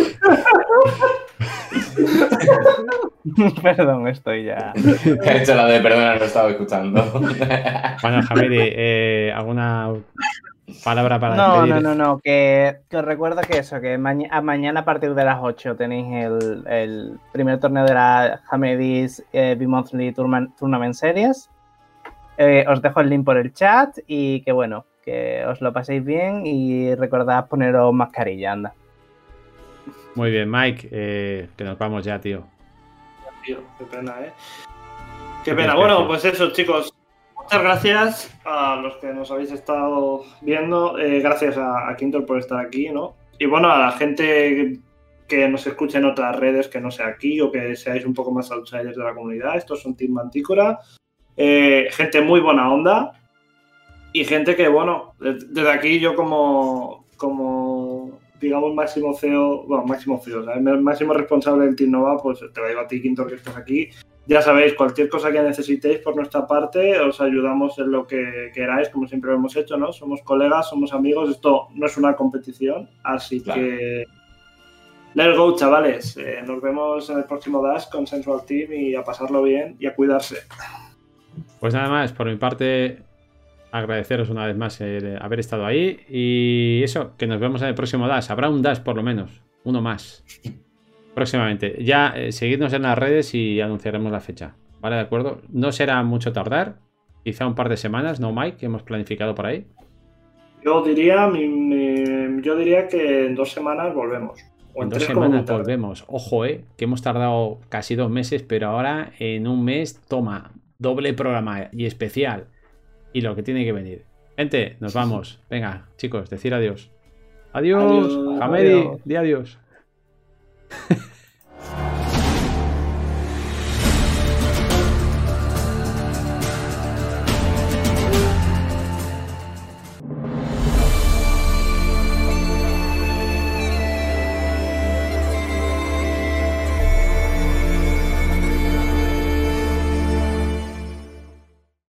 Perdón, estoy ya. He hecho la de perdona, no estaba escuchando. Bueno, Hamedi, eh, ¿alguna palabra para No, despedir? no, no, no, que, que os recuerdo que eso, que maña a mañana a partir de las ocho tenéis el, el primer torneo de la Hamedi's eh, Bi-Monthly Tournament Series. Eh, os dejo el link por el chat y que bueno, que os lo paséis bien y recordad poneros mascarilla, anda. Muy bien, Mike, eh, que nos vamos ya, tío. Tío, qué pena, ¿eh? Qué pena. Bueno, pues eso, chicos. Muchas gracias a los que nos habéis estado viendo. Eh, gracias a, a Quintor por estar aquí, ¿no? Y bueno, a la gente que nos escuche en otras redes que no sea aquí o que seáis un poco más outsiders de la comunidad. Estos son Team Mantícora. Eh, gente muy buena onda. Y gente que, bueno, desde aquí yo como, como digamos, máximo C E O, bueno, máximo C E O, ¿sabes? Máximo responsable del Team Nova, pues te lo digo a ti, Quintor, que estás aquí. Ya sabéis, cualquier cosa que necesitéis por nuestra parte, os ayudamos en lo que queráis, como siempre lo hemos hecho, ¿no? Somos colegas, somos amigos, esto no es una competición, así claro. que... Let's go, chavales. Eh, nos vemos en el próximo Dash con Sensual Team y a pasarlo bien y a cuidarse. Pues nada más, por mi parte... agradeceros una vez más el haber estado ahí y eso, que nos vemos en el próximo Dash. Habrá un Dash por lo menos, uno más próximamente. Ya eh, seguidnos en las redes y anunciaremos la fecha, ¿vale? De acuerdo, no será mucho tardar, quizá un par de semanas, ¿no, Mike? Que hemos planificado por ahí. Yo diría mi, mi, yo diría que en dos semanas volvemos. O en, en dos semanas volvemos. Ojo, eh, que hemos tardado casi dos meses, pero ahora en un mes, toma, doble programa y especial. Y lo que tiene que venir. Gente, nos vamos. Venga, chicos, decir adiós. Adiós. Hamedi, di adiós.